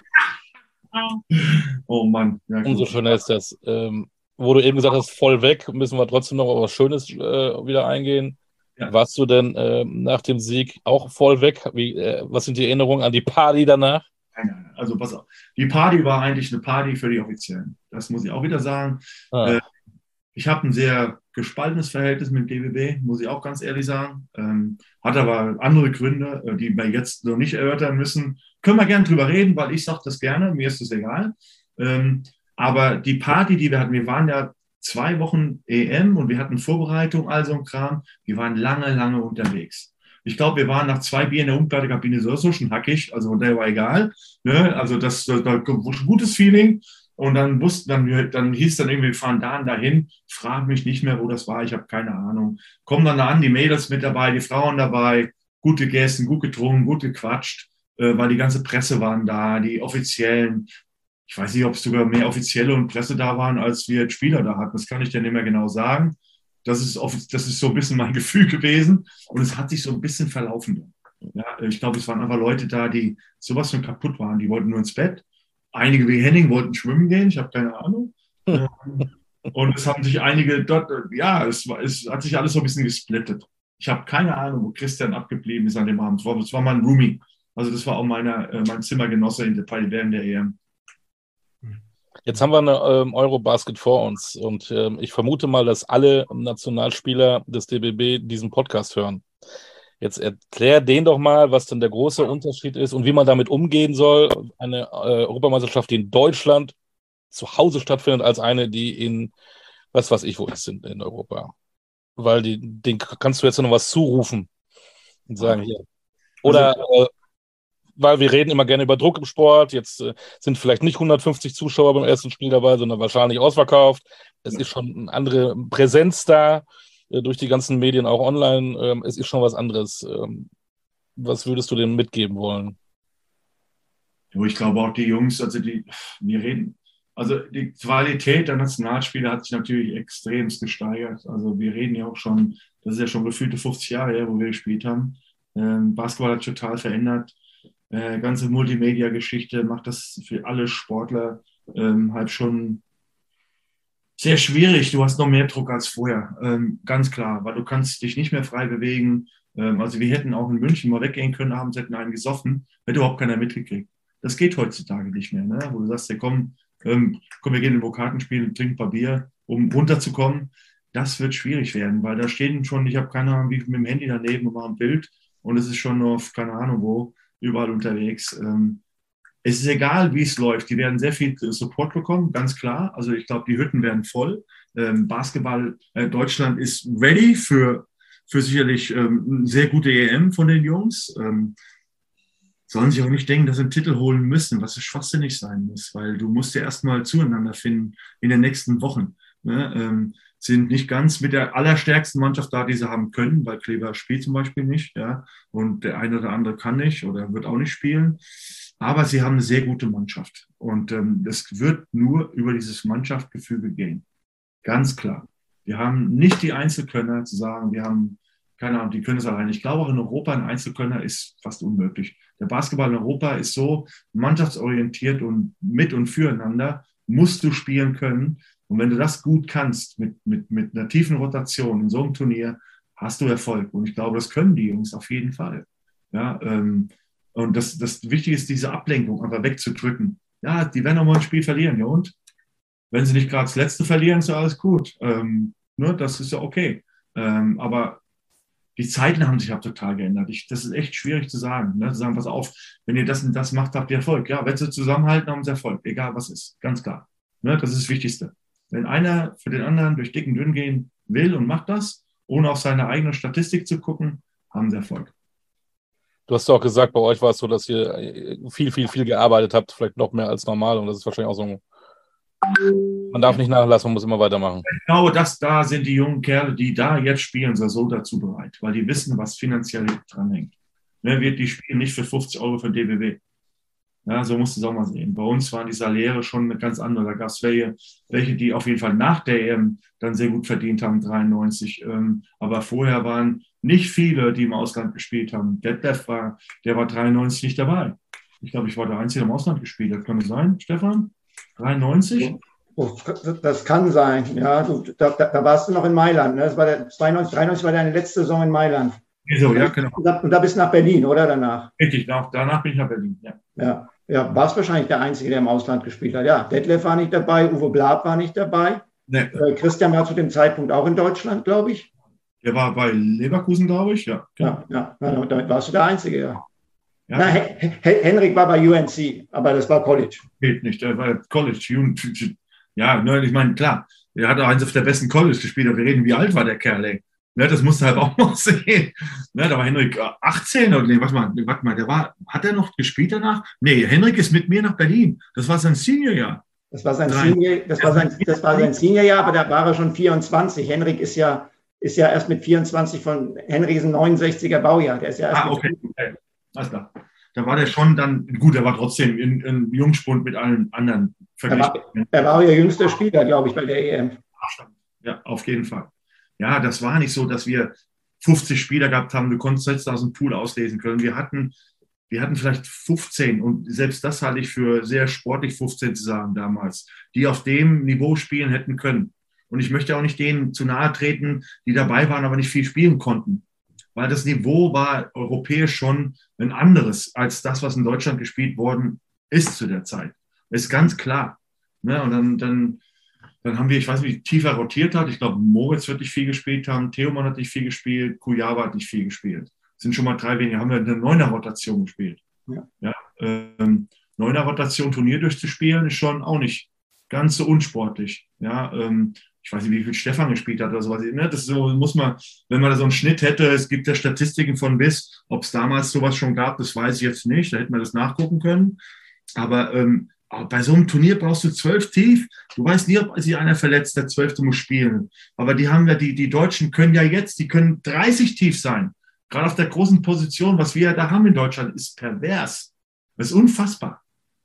Oh Mann. Ja, umso schöner ist das. Ähm, wo du eben gesagt hast, voll weg, müssen wir trotzdem noch auf was Schönes äh, wieder eingehen. Ja. Warst du denn äh, nach dem Sieg auch voll weg? Wie, äh, was sind die Erinnerungen an die Party danach? Nein, nein, also pass auf. Die Party war eigentlich eine Party für die Offiziellen. Das muss ich auch wieder sagen. Ah. Äh, ich habe ein sehr gespaltenes Verhältnis mit D B B, muss ich auch ganz ehrlich sagen. Ähm, hat aber andere Gründe, die wir jetzt noch nicht erörtern müssen. Können wir gerne drüber reden, weil ich sage das gerne, mir ist das egal. Ähm, aber die Party, die wir hatten, wir waren ja zwei Wochen E M und wir hatten Vorbereitung, all so ein Kram. Wir waren lange, lange unterwegs. Ich glaube, wir waren nach zwei Bier in der Umkleidekabine so schon hackig, also der war egal. Ne? Also das, das, das gutes Feeling. Und dann wussten, dann, dann hieß dann irgendwie, wir fahren da und dahin. Frag mich nicht mehr, wo das war. Ich habe keine Ahnung. Kommen dann da an, die Mädels mit dabei, die Frauen dabei, gut gegessen, gut getrunken, gut gequatscht, äh, weil die ganze Presse waren da, die Offiziellen. Ich weiß nicht, ob es sogar mehr Offizielle und Presse da waren, als wir Spieler da hatten. Das kann ich dir nicht mehr genau sagen. Das ist, das ist so ein bisschen mein Gefühl gewesen. Und es hat sich so ein bisschen verlaufen. Ja, ich glaube, es waren einfach Leute da, die sowas von kaputt waren. Die wollten nur ins Bett. Einige wie Henning wollten schwimmen gehen, ich habe keine Ahnung. Und es haben sich einige dort, ja, es, war, es hat sich alles so ein bisschen gesplittet. Ich habe keine Ahnung, wo Christian abgeblieben ist an dem Abend. Es war, war mein Roomie. Also das war auch meine, mein Zimmergenosse in der, während der E M. Jetzt haben wir eine ähm, Eurobasket vor uns und ähm, ich vermute mal, dass alle Nationalspieler des D B B diesen Podcast hören. Jetzt erklär denen doch mal, was denn der große Unterschied ist und wie man damit umgehen soll. Eine äh, Europameisterschaft, die in Deutschland zu Hause stattfindet, als eine, die in, was weiß ich, wo ist in, in Europa. Weil die, den kannst du jetzt noch was zurufen und sagen, hier. Oder äh, weil wir reden immer gerne über Druck im Sport. Jetzt äh, sind vielleicht nicht hundertfünfzig Zuschauer beim ersten Spiel dabei, sondern wahrscheinlich ausverkauft. Es ist schon eine andere Präsenz da. Durch die ganzen Medien, auch online, ähm, es ist schon was anderes. Ähm, was würdest du denen mitgeben wollen? Ich glaube auch die Jungs, also die, wir reden, also die Qualität der Nationalspieler hat sich natürlich extremst gesteigert. Also wir reden ja auch schon, das ist ja schon gefühlte fünfzig Jahre her, wo wir gespielt haben. Ähm, Basketball hat total verändert. Äh, ganze Multimedia-Geschichte macht das für alle Sportler ähm, halt schon sehr schwierig. Du hast noch mehr Druck als vorher, ähm, ganz klar, weil du kannst dich nicht mehr frei bewegen. Ähm, also wir hätten auch in München mal weggehen können, abends hätten einen gesoffen, hätte überhaupt keiner mitgekriegt. Das geht heutzutage nicht mehr, ne? Wo du sagst, ja, komm, ähm, komm, wir gehen in den Karten spielen, trinken ein paar Bier, um runterzukommen. Das wird schwierig werden, weil da stehen schon, ich habe keine Ahnung, wie mit dem Handy daneben und mache ein Bild und es ist schon auf, keine Ahnung wo, überall unterwegs. Ähm, es ist egal, wie es läuft. Die werden sehr viel Support bekommen, ganz klar. Also ich glaube, die Hütten werden voll. Ähm, Basketball, äh, Deutschland ist ready für, für sicherlich ähm, eine sehr gute E M von den Jungs. Ähm, sollen sich auch nicht denken, dass sie einen Titel holen müssen, was schwachsinnig sein muss, weil du musst ja erstmal zueinander finden in den nächsten Wochen. Ne? Ähm, sind nicht ganz mit der allerstärksten Mannschaft da, die sie haben können, weil Kleber spielt zum Beispiel nicht, ja, und der eine oder andere kann nicht oder wird auch nicht spielen. Aber sie haben eine sehr gute Mannschaft und ähm, es wird nur über dieses Mannschaftsgefüge gehen. Ganz klar. Wir haben nicht die Einzelkönner zu sagen, wir haben, keine Ahnung, die können es alleine. Ich glaube auch in Europa ein Einzelkönner ist fast unmöglich. Der Basketball in Europa ist so mannschaftsorientiert und mit und füreinander musst du spielen können. Und wenn du das gut kannst, mit, mit, mit einer tiefen Rotation in so einem Turnier, hast du Erfolg. Und ich glaube, das können die Jungs auf jeden Fall. Ja, ähm, und das, das Wichtige ist, diese Ablenkung einfach wegzudrücken. Ja, die werden auch mal ein Spiel verlieren, ja und? Wenn sie nicht gerade das letzte verlieren, ist ja alles gut. Ähm, ne, das ist ja okay. Ähm, aber die Zeiten haben sich ja total geändert. Ich, das ist echt schwierig zu sagen. Ne? Zu sagen, pass auf, wenn ihr das und das macht, habt ihr Erfolg. Ja, wenn sie zusammenhalten, haben sie Erfolg. Egal was ist. Ganz klar. Ne? Das ist das Wichtigste. Wenn einer für den anderen durch dick und dünn gehen will und macht das, ohne auf seine eigene Statistik zu gucken, haben sie Erfolg. Du hast ja auch gesagt, bei euch war es so, dass ihr viel, viel, viel gearbeitet habt, vielleicht noch mehr als normal. Und das ist wahrscheinlich auch so ein, man darf nicht nachlassen, man muss immer weitermachen. Ich glaube, dass da sind die jungen Kerle, die da jetzt spielen, so dazu bereit, weil die wissen, was finanziell dran hängt. Ne, wird die spielen nicht für fünfzig Euro für D B W. Ja, so musst du es auch mal sehen. Bei uns waren die Saläre schon eine ganz andere. Da gab es welche, welche, die auf jeden Fall nach der E M dann sehr gut verdient haben, dreiundneunzig. Ähm, aber vorher waren nicht viele, die im Ausland gespielt haben. Detlef war, der war dreiundneunzig nicht dabei. Ich glaube, ich war der Einzige, der im Ausland gespielt hat. Kann das sein, Stefan? dreiundneunzig? Oh, das kann sein, ja. Du, da, da warst du noch in Mailand. Ne? Das war der zweiundneunzig, dreiundneunzig war deine letzte Saison in Mailand. So, ja, genau. Und da, und da bist du nach Berlin, oder danach? Richtig, danach bin ich nach Berlin, ja. Ja, ja, warst wahrscheinlich der Einzige, der im Ausland gespielt hat. Ja, Detlef war nicht dabei, Uwe Blab war nicht dabei. Nee. Äh, Christian war zu dem Zeitpunkt auch in Deutschland, glaube ich. Der war bei Leverkusen, glaube ich, ja. Ja, ja, ja, damit warst du der Einzige, ja. ja. Na, H- H- Henrik war bei U N C, aber das war College. Geht nicht, der war College. Ja, ne, ich meine, klar, er hat auch eins auf der besten College gespielt, aber wir reden, wie alt war der Kerl, ey? Ne, das musst du halt auch noch sehen. Ne, da war Henrik achtzehn oder nee, warte mal, warte mal, der war, hat er noch gespielt danach? Nee, Henrik ist mit mir nach Berlin. Das war sein Seniorjahr. Das war sein Senior, das war sein, das war sein Seniorjahr, aber da war er schon vierundzwanzig. Henrik ist ja, ist ja erst mit vierundzwanzig von, Henrik ist ein neunundsechziger Baujahr. Der ist ja erst ah, okay. okay. Alles klar. Da war der schon dann, gut, er war trotzdem in, in Jungspund mit allen anderen verglichen. Er war, er war auch ihr jüngster Spieler, glaube ich, bei der E M. Ja, auf jeden Fall. Ja, das war nicht so, dass wir fünfzig Spieler gehabt haben, du konntest jetzt aus dem Pool auslesen können. Wir hatten, wir hatten vielleicht fünfzehn und selbst das halte ich für sehr sportlich, fünfzehn zu sagen damals, die auf dem Niveau spielen hätten können. Und ich möchte auch nicht denen zu nahe treten, die dabei waren, aber nicht viel spielen konnten. Weil das Niveau war europäisch schon ein anderes als das, was in Deutschland gespielt worden ist zu der Zeit. Das ist ganz klar. Ne? Und dann, dann Dann haben wir, ich weiß nicht, wie tiefer rotiert hat. Ich glaube, Moritz wird nicht viel gespielt haben, Theoman hat nicht viel gespielt, Kujava hat nicht viel gespielt. Das sind schon mal drei weniger. Haben wir eine Neuner-Rotation gespielt. Ja. Ja, ähm, Neuner-Rotation Turnier durchzuspielen, ist schon auch nicht ganz so unsportlich. Ja, ähm, ich weiß nicht, wie viel Stefan gespielt hat oder sowas. Ne? Das so, muss man, wenn man da so einen Schnitt hätte, es gibt ja Statistiken von bis, ob es damals sowas schon gab, das weiß ich jetzt nicht. Da hätten wir das nachgucken können. Aber ähm, Aber bei so einem Turnier brauchst du zwölf tief. Du weißt nie, ob sich einer verletzt, der zwölfte muss spielen. Aber die haben ja, die, die Deutschen können ja jetzt, die können dreißig tief sein. Gerade auf der großen Position, was wir ja da haben in Deutschland, ist pervers. Das ist unfassbar.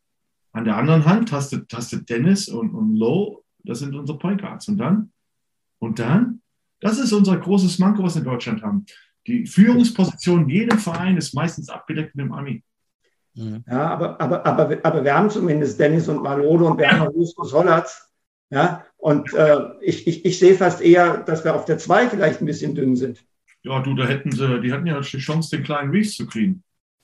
An der anderen Hand hast du, hast du Dennis und, und Lowe, das sind unsere Point Guards. Und dann? Und dann? Das ist unser großes Manko, was wir in Deutschland haben. Die Führungsposition in jedem Verein ist meistens abgedeckt mit dem Ami. Ja, aber, aber, aber, aber wir haben zumindest Dennis und Malode und wir haben noch Justus Hollatz. Ja, und äh, ich, ich, ich sehe fast eher, dass wir auf der zwei vielleicht ein bisschen dünn sind. Ja, du, da hätten sie, die hatten ja die Chance, den kleinen Reeves zu kriegen.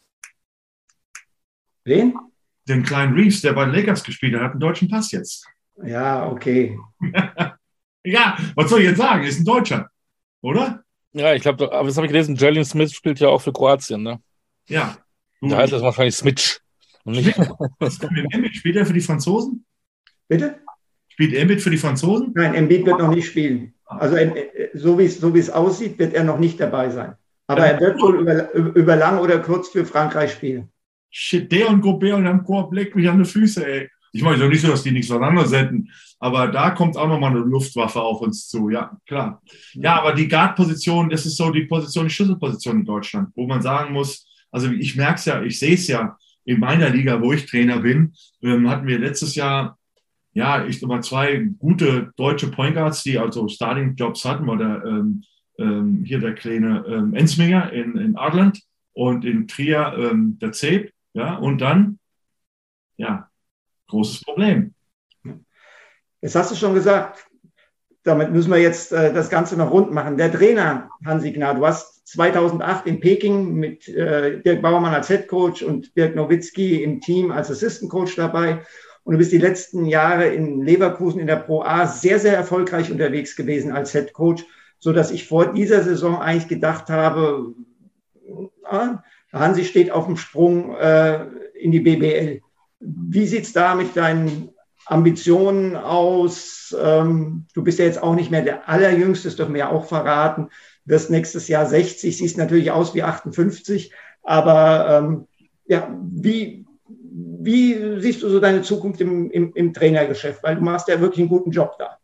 Wen? Den kleinen Reeves, der bei den Lakers gespielt hat, hat einen deutschen Pass jetzt. Ja, okay. Ja, was soll ich jetzt sagen? Ist ein Deutscher, oder? Ja, ich glaube, aber das habe ich gelesen, Jalen Smith spielt ja auch für Kroatien, ne? Ja. Da heißt das wahrscheinlich Smith. Spielt er für die Franzosen? Bitte? Spielt Embiid für die Franzosen? Nein, Embiid wird noch nicht spielen. Also so wie es so wie es aussieht, wird er noch nicht dabei sein. Aber er wird wohl über, über lang oder kurz für Frankreich spielen. Shit, der und Gobert und dann Korb leckt mich an die Füße, ey. Ich meine, doch nicht so, dass die nichts auseinandersetzen, aber da kommt auch nochmal eine Luftwaffe auf uns zu, ja, klar. Ja, aber die Guard-Position, das ist so die Position, die Schlüsselposition in Deutschland, wo man sagen muss, also ich merke es ja, ich sehe es ja in meiner Liga, wo ich Trainer bin, ähm, hatten wir letztes Jahr, ja, ich sag mal, zwei gute deutsche Point Guards, die also Starting-Jobs hatten, oder ähm, ähm, hier der kleine ähm, Ensminger in, in Adland und in Trier ähm, der Zeb, ja, und dann, ja, großes Problem. Jetzt hast du schon gesagt, damit müssen wir jetzt äh, das Ganze noch rund machen. Der Trainer, Hansi Gnad, du hast zweitausendacht in Peking mit äh, Dirk Bauermann als Head Coach und Dirk Nowitzki im Team als Assistant Coach dabei. Und du bist die letzten Jahre in Leverkusen in der Pro A sehr, sehr erfolgreich unterwegs gewesen als Head Coach, sodass ich vor dieser Saison eigentlich gedacht habe, ah, Hansi steht auf dem Sprung äh, in die B B L. Wie sieht es da mit deinen Ambitionen aus? Ähm, du bist ja jetzt auch nicht mehr der Allerjüngste, das dürfen wir ja auch verraten. Wirst nächstes Jahr sechzig, siehst natürlich aus wie achtundfünfzig. Aber ähm, ja, wie, wie siehst du so deine Zukunft im, im, im Trainergeschäft? Weil du machst ja wirklich einen guten Job da.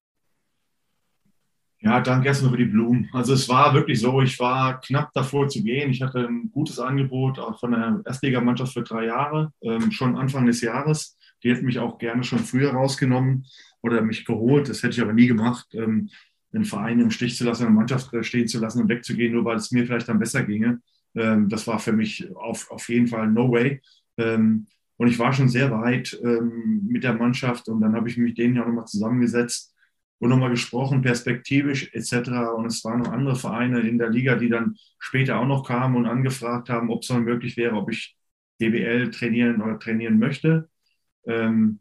Ja, danke erstmal für die Blumen. Also es war wirklich so, ich war knapp davor zu gehen. Ich hatte ein gutes Angebot auch von der Erstligamannschaft für drei Jahre, ähm, schon Anfang des Jahres. Die hätten mich auch gerne schon früher rausgenommen oder mich geholt. Das hätte ich aber nie gemacht, ähm, den Verein im Stich zu lassen, eine Mannschaft stehen zu lassen und wegzugehen, nur weil es mir vielleicht dann besser ginge. Ähm, das war für mich auf, auf jeden Fall no way. Ähm, und ich war schon sehr weit ähm, mit der Mannschaft und dann habe ich mich mit denen ja nochmal zusammengesetzt und nochmal gesprochen, perspektivisch et cetera. Und es waren noch andere Vereine in der Liga, die dann später auch noch kamen und angefragt haben, ob es dann möglich wäre, ob ich D B L trainieren oder trainieren möchte. Ähm,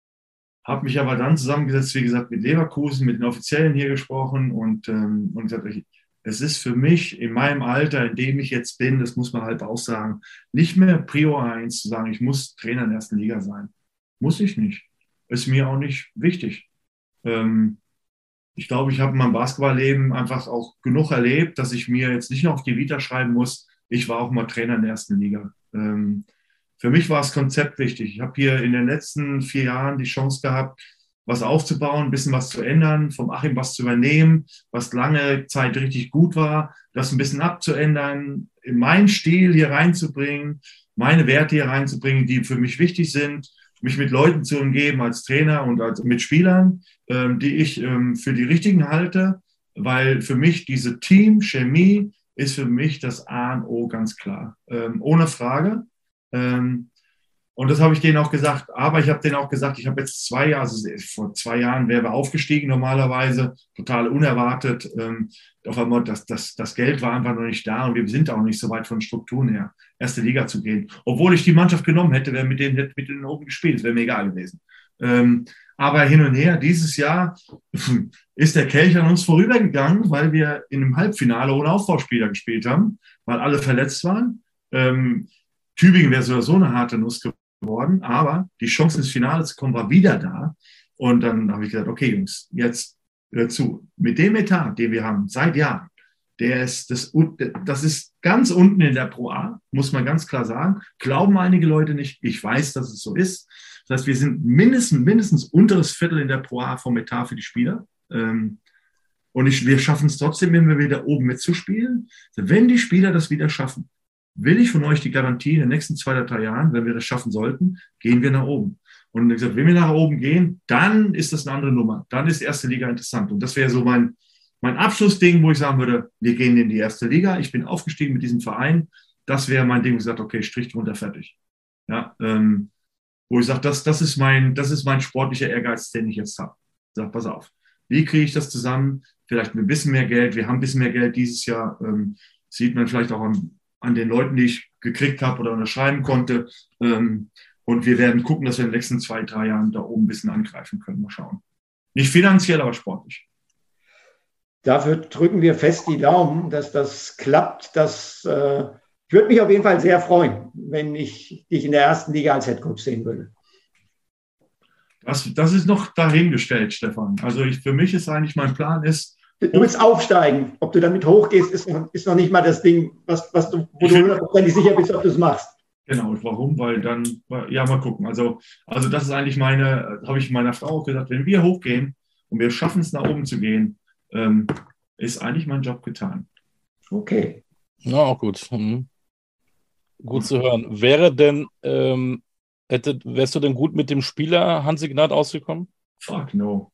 habe mich aber dann zusammengesetzt, wie gesagt, mit Leverkusen, mit den Offiziellen hier gesprochen und, ähm, und gesagt, es ist für mich in meinem Alter, in dem ich jetzt bin, das muss man halt auch sagen, nicht mehr Prio eins zu sagen, ich muss Trainer in der ersten Liga sein. Muss ich nicht. Ist mir auch nicht wichtig. Ähm, ich glaube, ich habe in meinem Basketballleben einfach auch genug erlebt, dass ich mir jetzt nicht noch auf die Vita schreiben muss, ich war auch mal Trainer in der ersten Liga. Ähm, für mich war das Konzept wichtig. Ich habe hier in den letzten vier Jahren die Chance gehabt, was aufzubauen, ein bisschen was zu ändern, vom Achim was zu übernehmen, was lange Zeit richtig gut war, das ein bisschen abzuändern, in meinen Stil hier reinzubringen, meine Werte hier reinzubringen, die für mich wichtig sind, mich mit Leuten zu umgeben als Trainer und als, mit Spielern, ähm, die ich ähm, für die richtigen halte, weil für mich diese Team-Chemie ist für mich das A und O ganz klar, ähm, ohne Frage. Ähm, und das habe ich denen auch gesagt. Aber ich habe denen auch gesagt, ich habe jetzt zwei Jahre, also vor zwei Jahren wären wir aufgestiegen normalerweise, total unerwartet. Ähm, auf einmal, das, das, das Geld war einfach noch nicht da und wir sind auch nicht so weit von Strukturen her, erste Liga zu gehen. Obwohl ich die Mannschaft genommen hätte, wäre mit denen, hätte mit denen oben gespielt, das wäre mir egal gewesen. Ähm, aber hin und her, dieses Jahr ist der Kelch an uns vorübergegangen, weil wir in einem Halbfinale ohne Aufbauspieler gespielt haben, weil alle verletzt waren. Ähm, Tübingen wäre so oder so eine harte Nuss geworden, aber die Chance ins Finale zu kommen war wieder da. Und dann habe ich gesagt, okay Jungs, jetzt hört zu. Mit dem Etat, den wir haben seit Jahren, der ist das, das ist ganz unten in der Pro A, muss man ganz klar sagen. Glauben einige Leute nicht. Ich weiß, dass es so ist. Das heißt, wir sind mindestens, mindestens unteres Viertel in der Pro A vom Etat für die Spieler. Und ich, wir schaffen es trotzdem, wenn wir wieder oben mitzuspielen. Wenn die Spieler das wieder schaffen, will ich von euch die Garantie, in den nächsten zwei oder drei Jahren, wenn wir das schaffen sollten, gehen wir nach oben. Und ich gesagt, wenn wir nach oben gehen, dann ist das eine andere Nummer. Dann ist die erste Liga interessant. Und das wäre so mein, mein Abschlussding, wo ich sagen würde, wir gehen in die erste Liga. Ich bin aufgestiegen mit diesem Verein. Das wäre mein Ding, wo ich sage, okay, Strich drunter, fertig. Ja, ähm, wo ich sage, das, das ist mein, das ist mein sportlicher Ehrgeiz, den ich jetzt habe. Ich sage, pass auf. Wie kriege ich das zusammen? Vielleicht ein bisschen mehr Geld. Wir haben ein bisschen mehr Geld dieses Jahr. Ähm, sieht man vielleicht auch an, an den Leuten, die ich gekriegt habe oder unterschreiben konnte. Ähm, und wir werden gucken, dass wir in den nächsten zwei, drei Jahren da oben ein bisschen angreifen können. Mal schauen. Nicht finanziell, aber sportlich. Dafür drücken wir fest die Daumen, dass das klappt. Das, äh, ich würde mich auf jeden Fall sehr freuen, wenn ich dich in der ersten Liga als Headcoach sehen würde. Das, das ist noch dahingestellt, Stefan. Also ich, für mich ist eigentlich, mein Plan ist... Du willst aufsteigen. Ob du damit hochgehst, ist noch, ist noch nicht mal das Ding, was, was du, wo ich du hundertprozentig sicher bist, ob du es machst. Genau, warum? Weil dann, ja, mal gucken. Also, also das ist eigentlich meine, habe ich meiner Frau auch gesagt, wenn wir hochgehen und wir schaffen es, nach oben zu gehen, ähm, ist eigentlich mein Job getan. Okay. Ja, auch gut. Mhm. Gut zu hören. Wäre denn, ähm, hätte, wärst du denn gut mit dem Spieler Hansi Gnad ausgekommen? Fuck no.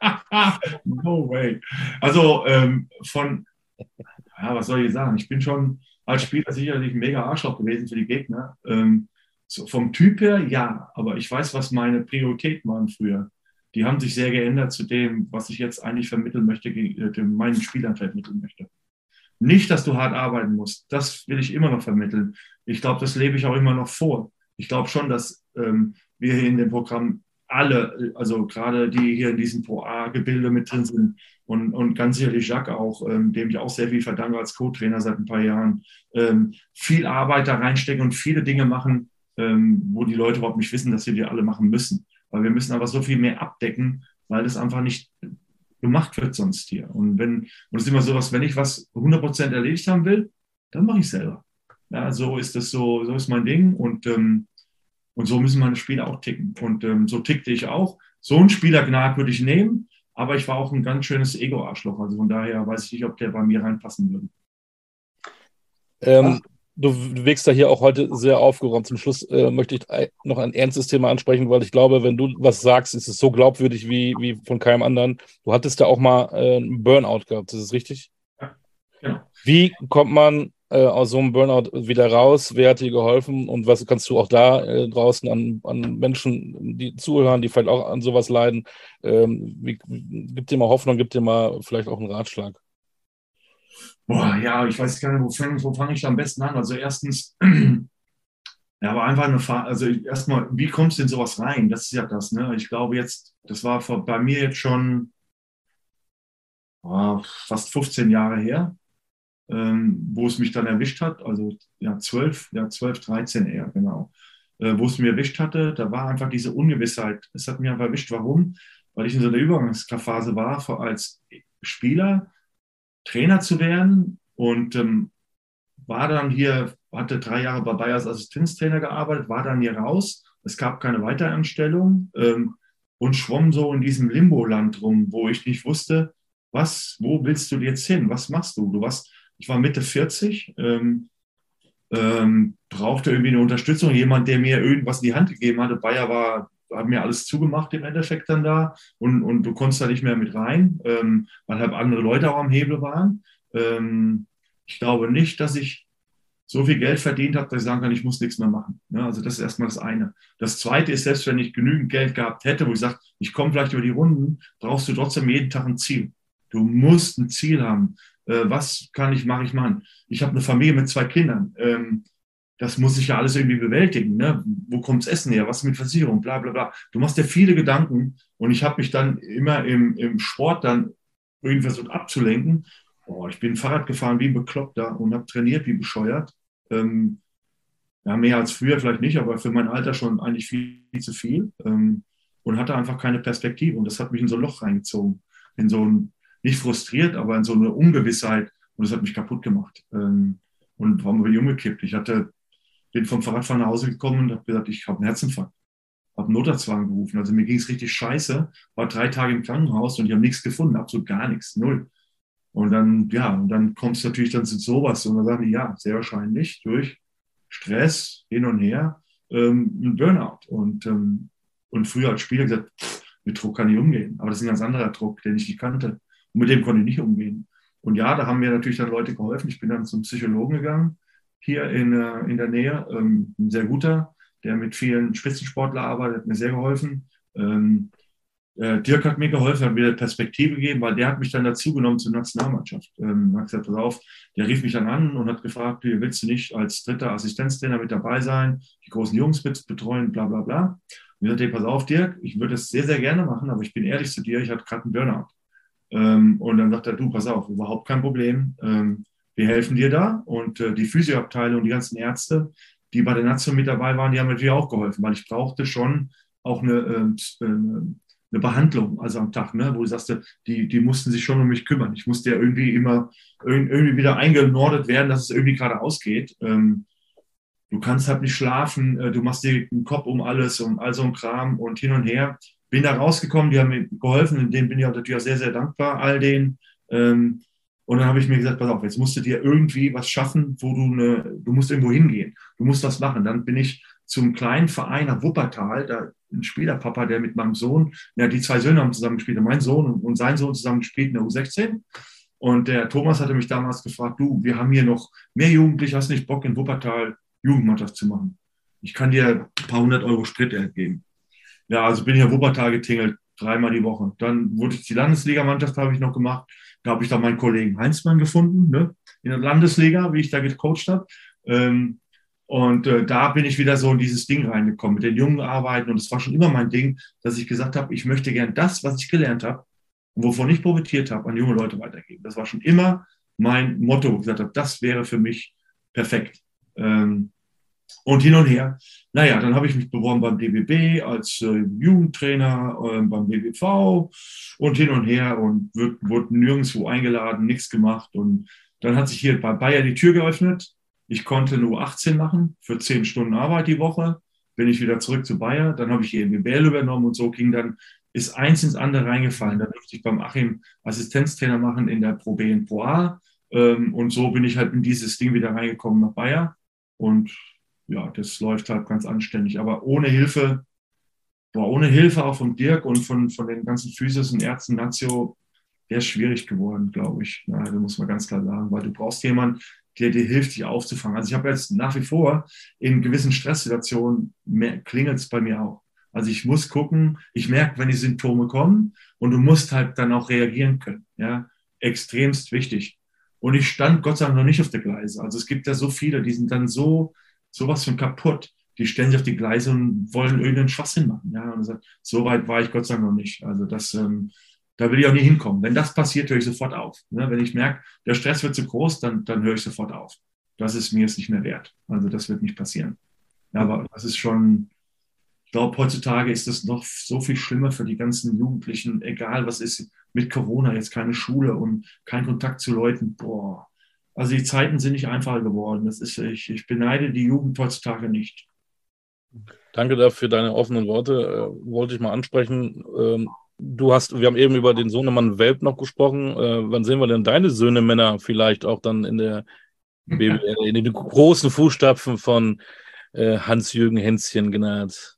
No way. Also ähm, von, ja, was soll ich sagen? Ich bin schon als Spieler sicherlich ein mega Arschloch gewesen für die Gegner. Ähm, so vom Typ her, ja, aber ich weiß, was meine Prioritäten waren früher. Die haben sich sehr geändert zu dem, was ich jetzt eigentlich vermitteln möchte, äh, meinen Spielern vermitteln möchte. Nicht, dass du hart arbeiten musst. Das will ich immer noch vermitteln. Ich glaube, das lebe ich auch immer noch vor. Ich glaube schon, dass ähm, wir hier in dem Programm alle, also gerade die hier in diesem Pro A-Gebilde mit drin sind und, und ganz sicherlich Jacques auch, ähm, dem ich auch sehr viel verdanke als Co-Trainer seit ein paar Jahren, ähm, viel Arbeit da reinstecken und viele Dinge machen, ähm, wo die Leute überhaupt nicht wissen, dass sie die alle machen müssen. Weil wir müssen aber so viel mehr abdecken, weil das einfach nicht gemacht wird sonst hier. Und wenn, und es ist immer so, dass wenn ich was hundert Prozent erledigt haben will, dann mache ich selber. Ja, so ist das so, so ist mein Ding und, ähm, und so müssen meine Spieler auch ticken. Und ähm, so tickte ich auch. So einen Spieler Gnad würde ich nehmen, aber ich war auch ein ganz schönes Ego-Arschloch. Also von daher weiß ich nicht, ob der bei mir reinpassen würde. Ähm, du wirkst da hier auch heute sehr aufgeräumt. Zum Schluss äh, möchte ich noch ein ernstes Thema ansprechen, weil ich glaube, wenn du was sagst, ist es so glaubwürdig wie, wie von keinem anderen. Du hattest da auch mal äh, einen Burnout gehabt, ist das richtig? Ja, genau. Wie kommt man äh, aus so einem Burnout wieder raus? Wer hat dir geholfen? Und was kannst du auch da äh, draußen an, an Menschen, die zuhören, die vielleicht auch an sowas leiden, ähm, wie, gib dir mal Hoffnung, gib dir mal vielleicht auch einen Ratschlag. Boah, ja, ich weiß gar nicht, wo fange wo fang ich am besten an? Also erstens, ja, aber einfach eine Frage, also erstmal, wie kommst du in sowas rein? Das ist ja das, ne? Ich glaube jetzt, das war vor, bei mir jetzt schon oh, fast fünfzehn Jahre her, ähm, wo es mich dann erwischt hat, also ja, zwölf, ja, zwölf, dreizehn eher, genau. Äh, wo es mir erwischt hatte, da war einfach diese Ungewissheit. Es hat mich einfach erwischt. Warum? Weil ich in so einer Übergangsphase war, vor- als Spieler Trainer zu werden und ähm, war dann hier, hatte drei Jahre bei Bayer als Assistenztrainer gearbeitet, war dann hier raus. Es gab keine Weiteranstellung ähm, und schwamm so in diesem Limbo-Land rum, wo ich nicht wusste, was, wo willst du jetzt hin? Was machst du? Du warst, ich war Mitte vierzig, ähm, ähm, brauchte irgendwie eine Unterstützung, jemand, der mir irgendwas in die Hand gegeben hatte. Bayer war, hat mir alles zugemacht im Endeffekt dann da und, und du konntest da nicht mehr mit rein, ähm, weil halt andere Leute auch am Hebel waren. Ähm, ich glaube nicht, dass ich so viel Geld verdient habe, dass ich sagen kann, ich muss nichts mehr machen. Ja, also das ist erstmal das eine. Das zweite ist, selbst wenn ich genügend Geld gehabt hätte, wo ich sage, ich komme vielleicht über die Runden, brauchst du trotzdem jeden Tag ein Ziel. Du musst ein Ziel haben. Äh, was kann ich, mache ich machen? Ich habe eine Familie mit zwei Kindern. Ähm, das muss ich ja alles irgendwie bewältigen. Ne? Wo kommt das Essen her? Was ist mit Versicherung? Bla bla bla. Du machst dir viele Gedanken und ich habe mich dann immer im, im Sport dann irgendwie versucht abzulenken. Oh, ich bin Fahrrad gefahren wie ein Bekloppter und habe trainiert wie bescheuert. Ähm, ja, mehr als früher vielleicht nicht, aber für mein Alter schon eigentlich viel, viel zu viel. Ähm, und hatte einfach keine Perspektive. Und das hat mich in so ein Loch reingezogen. In so ein, nicht frustriert, aber in so eine Ungewissheit. Und das hat mich kaputt gemacht. Ähm, und warum bin ich umgekippt? Ich hatte, bin vom Fahrradfahren nach Hause gekommen und habe gesagt, ich habe einen Herzinfarkt. Habe einen Notarztwagen gerufen. Also mir ging es richtig scheiße. War drei Tage im Krankenhaus und ich habe nichts gefunden. Absolut gar nichts. Null. Und dann, ja, und dann kommst du natürlich dann zu sowas. Und dann sagen die, ja, sehr wahrscheinlich durch Stress hin und her ähm, ein Burnout. Und, ähm, und früher als Spieler gesagt, pff, mit Druck kann ich umgehen. Aber das ist ein ganz anderer Druck, den ich nicht kannte. Und mit dem konnte ich nicht umgehen. Und ja, da haben mir natürlich dann Leute geholfen. Ich bin dann zum Psychologen gegangen, hier in, äh, in der Nähe. Ähm, ein sehr guter, der mit vielen Spitzensportlern arbeitet, hat mir sehr geholfen. Ähm, äh, Dirk hat mir geholfen, hat mir Perspektive gegeben, weil der hat mich dann dazu genommen zur Nationalmannschaft. Ähm, hat gesagt, pass auf, der rief mich dann an und hat gefragt, willst du nicht als dritter Assistenztrainer mit dabei sein, die großen Jungs mit betreuen, bla bla bla. Und ich sagte, pass auf, Dirk, ich würde es sehr, sehr gerne machen, aber ich bin ehrlich zu dir, ich hatte gerade einen Burnout. Ähm, und dann sagt er, du, pass auf, überhaupt kein Problem, ähm, wir helfen dir da. Und äh, die Physioabteilung und die ganzen Ärzte, die bei der Nation mit dabei waren, die haben natürlich auch geholfen, weil ich brauchte schon auch eine, äh, eine eine Behandlung, also am Tag, ne, wo du sagst, die, die mussten sich schon um mich kümmern. Ich musste ja irgendwie immer irgendwie wieder eingenordet werden, dass es irgendwie gerade ausgeht. Ähm, du kannst halt nicht schlafen, äh, du machst dir den Kopf um alles und all so ein Kram und hin und her. Bin da rausgekommen, die haben mir geholfen, und denen bin ich auch natürlich auch sehr, sehr dankbar, all denen. Ähm, und dann habe ich mir gesagt, pass auf, jetzt musst du dir irgendwie was schaffen, wo du eine, du musst irgendwo hingehen, du musst was machen. Dann bin ich zum kleinen Verein nach Wuppertal, da ein Spielerpapa, der mit meinem Sohn, ja, die zwei Söhne haben zusammen gespielt, mein Sohn und, und sein Sohn zusammen gespielt in der U sechzehn. Und der Thomas hatte mich damals gefragt, du, wir haben hier noch mehr Jugendliche, hast du nicht Bock, in Wuppertal Jugendmannschaft zu machen? Ich kann dir ein paar hundert Euro Sprit geben. Ja, also bin ich in Wuppertal getingelt, dreimal die Woche. Dann wurde ich die Landesligamannschaft, habe ich noch gemacht. Da habe ich dann meinen Kollegen Heinzmann gefunden, ne, in der Landesliga, wie ich da gecoacht habe. Ähm, Und äh, da bin ich wieder so in dieses Ding reingekommen, mit den Jungen arbeiten. Und es war schon immer mein Ding, dass ich gesagt habe, ich möchte gern das, was ich gelernt habe und wovon ich profitiert habe, an junge Leute weitergeben. Das war schon immer mein Motto, wo ich gesagt habe, das wäre für mich perfekt. Ähm, und hin und her. Naja, dann habe ich mich beworben beim D B B als äh, Jugendtrainer, äh, beim B B V und hin und her und wird, wurde nirgendwo eingeladen, nichts gemacht. Und dann hat sich hier bei Bayer die Tür geöffnet. Ich konnte eine U achtzehn machen für zehn Stunden Arbeit die Woche. Bin ich wieder zurück zu Bayer. Dann habe ich hier B B L übernommen und so ging dann, ist eins ins andere reingefallen. Dann durfte ich beim Achim Assistenztrainer machen in der Pro B und Pro A. Und so bin ich halt in dieses Ding wieder reingekommen nach Bayer. Und ja, das läuft halt ganz anständig. Aber ohne Hilfe, boah, ohne Hilfe auch von Dirk und von, von den ganzen Physios und Ärzten Nazio, wäre es schwierig geworden, glaube ich. Ja, da muss man ganz klar sagen, weil du brauchst jemanden, der dir hilft, dich aufzufangen. Also ich habe jetzt nach wie vor in gewissen Stresssituationen, klingelt es bei mir auch. Also ich muss gucken, ich merke, wenn die Symptome kommen und du musst halt dann auch reagieren können. Ja, extremst wichtig. Und ich stand Gott sei Dank noch nicht auf der Gleise. Also es gibt ja so viele, die sind dann so, sowas von kaputt. Die stellen sich auf die Gleise und wollen irgendeinen Schwachsinn machen. Ja, und sagt, so weit war ich Gott sei Dank noch nicht. Also das, ähm, da will ich auch nie hinkommen. Wenn das passiert, höre ich sofort auf. Ne? Wenn ich merke, der Stress wird zu groß, dann, dann höre ich sofort auf. Das ist mir jetzt nicht mehr wert. Also das wird nicht passieren. Ja, aber das ist schon, ich glaube, heutzutage ist das noch so viel schlimmer für die ganzen Jugendlichen, egal was ist, mit Corona, jetzt keine Schule und kein Kontakt zu Leuten. Boah, also die Zeiten sind nicht einfacher geworden. Das ist, ich, ich beneide die Jugend heutzutage nicht. Danke dafür für deine offenen Worte. Äh, wollte ich mal ansprechen. Ähm, du hast, wir haben eben über den Sohnemann Welp noch gesprochen. Äh, wann sehen wir denn deine Söhne Männer vielleicht auch dann in der B B L, in den großen Fußstapfen von äh, Hans-Jürgen Hänschen genannt?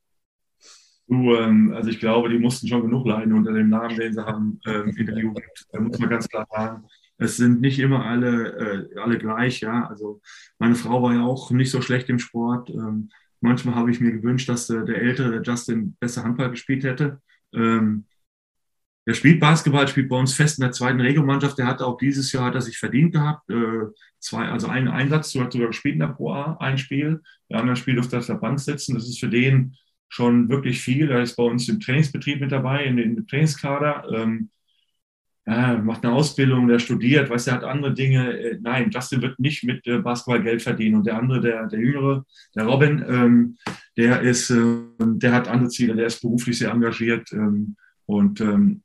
Du, ähm, also ich glaube, die mussten schon genug leiden unter dem Namen, den sie haben ähm, in der Jugend. Da muss man ganz klar sagen. Es sind nicht immer alle, äh, alle gleich, ja. Also meine Frau war ja auch nicht so schlecht im Sport. Ähm, manchmal habe ich mir gewünscht, dass äh, der Ältere, der Justin, besser Handball gespielt hätte. Ähm, der spielt Basketball, spielt bei uns fest in der zweiten Regelmannschaft. Der hat auch dieses Jahr, hat er sich verdient gehabt. Äh, zwei, also einen Einsatz, du hast sogar gespielt in der Pro A, ein Spiel. Der andere Spiel durfte auf der Bank sitzen. Das ist für den schon wirklich viel. Er ist bei uns im Trainingsbetrieb mit dabei, in dem Trainingskader. Ähm, ja, macht eine Ausbildung, der studiert, weiß, er hat andere Dinge. Nein, Justin wird nicht mit Basketball Geld verdienen. Und der andere, der, der Jüngere, der Robin, ähm, der ist, äh, der hat andere Ziele, der ist beruflich sehr engagiert ähm, und ähm,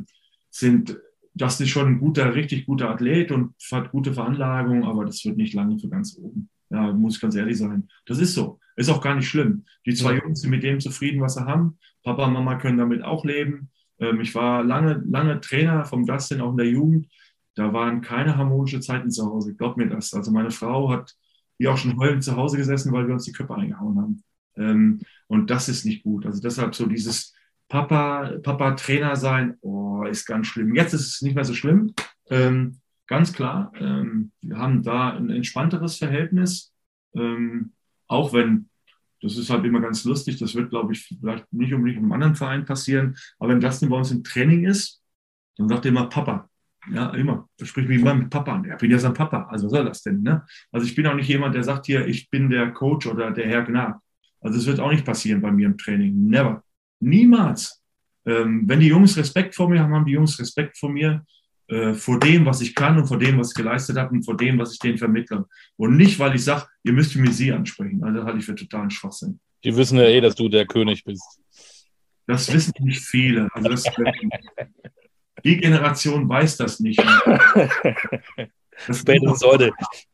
sind, Justin ist schon ein guter, richtig guter Athlet und hat gute Veranlagung, aber das wird nicht lange für ganz oben. Ja, muss ich ganz ehrlich sein. Das ist so. Ist auch gar nicht schlimm. Die zwei Jungs sind mit dem zufrieden, was sie haben. Papa und Mama können damit auch leben. Ich war lange, lange Trainer vom Justin, auch in der Jugend. Da waren keine harmonischen Zeiten zu Hause. Glaub mir das. Also meine Frau hat hier auch schon heulend zu Hause gesessen, weil wir uns die Köpfe eingehauen haben. Und das ist nicht gut. Also deshalb so dieses Papa, Papa Trainer sein, oh, ist ganz schlimm. Jetzt ist es nicht mehr so schlimm. Ähm, ganz klar. Ähm, wir haben da ein entspannteres Verhältnis. Ähm, auch wenn Das ist halt immer ganz lustig. Das wird, glaube ich, vielleicht nicht unbedingt im anderen Verein passieren. Aber wenn Justin bei uns im Training ist, dann sagt er immer Papa. Ja, immer. Er spricht mich immer mit Papa an. Er bin ja sein Papa. Also was soll das denn? Ne? Also ich bin auch nicht jemand, der sagt hier, ich bin der Coach oder der Herr Gnad. Also es wird auch nicht passieren bei mir im Training. Never. Niemals. Ähm, wenn die Jungs Respekt vor mir haben, haben die Jungs Respekt vor mir, äh, vor dem, was ich kann und vor dem, was ich geleistet habe und vor dem, was ich denen vermittle. Und nicht, weil ich sage, ihr müsst mir sie ansprechen. Also das halte ich für totalen Schwachsinn. Die wissen ja eh, dass du der König bist. Das wissen nicht viele. Also das, die Generation weiß das nicht. Das Spätestens heute.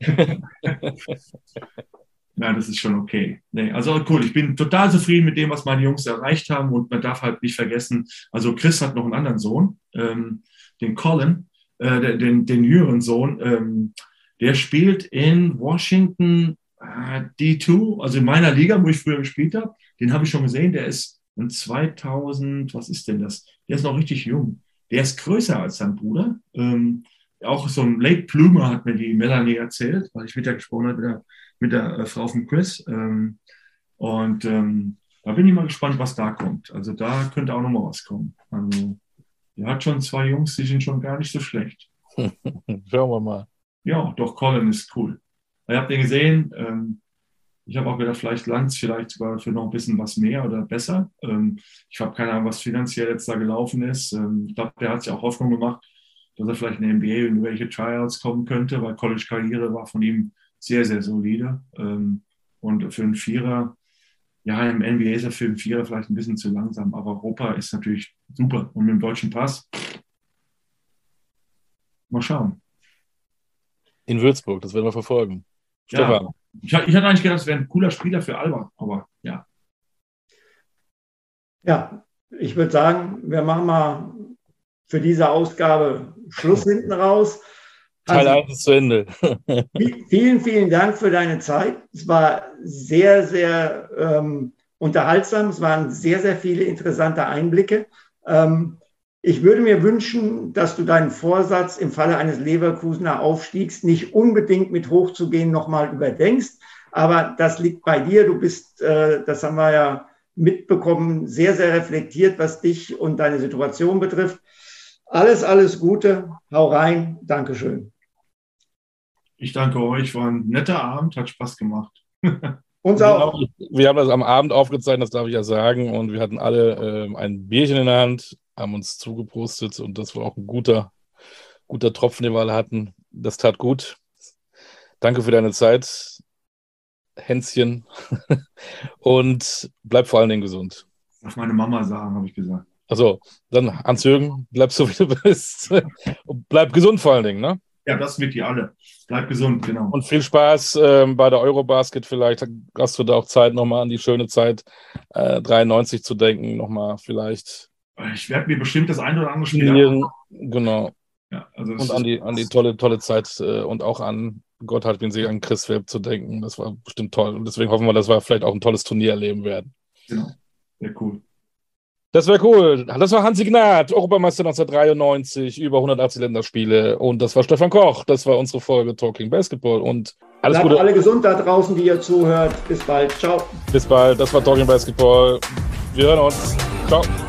Ja, das ist schon okay. Nee, also cool, ich bin total zufrieden mit dem, was meine Jungs erreicht haben und man darf halt nicht vergessen, also Chris hat noch einen anderen Sohn, ähm, den Colin, äh, den, den jüngeren Sohn, ähm, der spielt in Washington äh, D zwei, also in meiner Liga, wo ich früher gespielt habe, den habe ich schon gesehen, der ist in zweitausend, was ist denn das? Der ist noch richtig jung. Der ist größer als sein Bruder. Ähm, auch so ein Late Bloomer hat mir die Melanie erzählt, weil ich mit der gesprochen habe, mit der, mit der äh, Frau von Chris. Ähm, und ähm, da bin ich mal gespannt, was da kommt. Also da könnte auch noch mal was kommen. Also der hat schon zwei Jungs, die sind schon gar nicht so schlecht. Schauen wir mal. Ja, doch, Colin ist cool. Ihr habt den gesehen. Ähm, ich habe auch gedacht, vielleicht Lanz vielleicht sogar für noch ein bisschen was mehr oder besser. Ähm, ich habe keine Ahnung, was finanziell jetzt da gelaufen ist. Ähm, ich glaube, der hat sich auch Hoffnung gemacht, dass er vielleicht in der N B A in welche Tryouts kommen könnte, weil College-Karriere war von ihm sehr, sehr solide. Ähm, und für einen Vierer, ja, im N B A ist er für einen Vierer vielleicht ein bisschen zu langsam, aber Europa ist natürlich super. Und mit dem deutschen Pass, mal schauen. In Würzburg, das werden wir verfolgen. Stefan. Ja, ich, ich hatte eigentlich gedacht, das wäre ein cooler Spieler für Alba, aber ja. Ja, ich würde sagen, wir machen mal für diese Ausgabe Schluss hinten raus. Teil eins ist zu Ende. Vielen, vielen Dank für deine Zeit. Es war sehr, sehr ähm, unterhaltsam. Es waren sehr, sehr viele interessante Einblicke. Ähm, ich würde mir wünschen, dass du deinen Vorsatz im Falle eines Leverkusener Aufstiegs nicht unbedingt mit hochzugehen nochmal überdenkst. Aber das liegt bei dir. Du bist, äh, das haben wir ja mitbekommen, sehr, sehr reflektiert, was dich und deine Situation betrifft. Alles, alles Gute. Hau rein. Dankeschön. Ich danke euch. War ein netter Abend. Hat Spaß gemacht. Uns auch. Wir haben das am Abend aufgezeichnet, das darf ich ja sagen. Und wir hatten alle äh, ein Bierchen in der Hand, haben uns zugeprostet. Und das war auch ein guter, guter Tropfen, den wir alle hatten. Das tat gut. Danke für deine Zeit, Hänschen. Und bleib vor allen Dingen gesund. Darf meine Mama sagen, habe ich gesagt. Achso, dann Hans-Jürgen, bleib so, wie du bist. Und bleib gesund vor allen Dingen, ne? Ja, das mit dir alle. Bleib gesund, genau. Und viel Spaß ähm, bei der Eurobasket. Vielleicht hast du da auch Zeit, nochmal an die schöne Zeit äh, dreiundneunzig zu denken. Nochmal vielleicht. Ich werde mir bestimmt das ein oder andere Spiel haben. Genau. Ja, also und an die, an die tolle, tolle Zeit äh, und auch an Gott hat ihn sich an Chris Welp zu denken. Das war bestimmt toll. Und deswegen hoffen wir, dass wir vielleicht auch ein tolles Turnier erleben werden. Genau. Sehr cool. Das wäre cool. Das war Hansi Gnad, Europameister neunzehnhundertdreiundneunzig, über hundertachtzig Länderspiele. Und das war Stefan Koch. Das war unsere Folge Talking Basketball. Und alles Bleibt Gute. Alle gesund da draußen, die ihr zuhört. Bis bald. Ciao. Bis bald. Das war Talking Basketball. Wir hören uns. Ciao.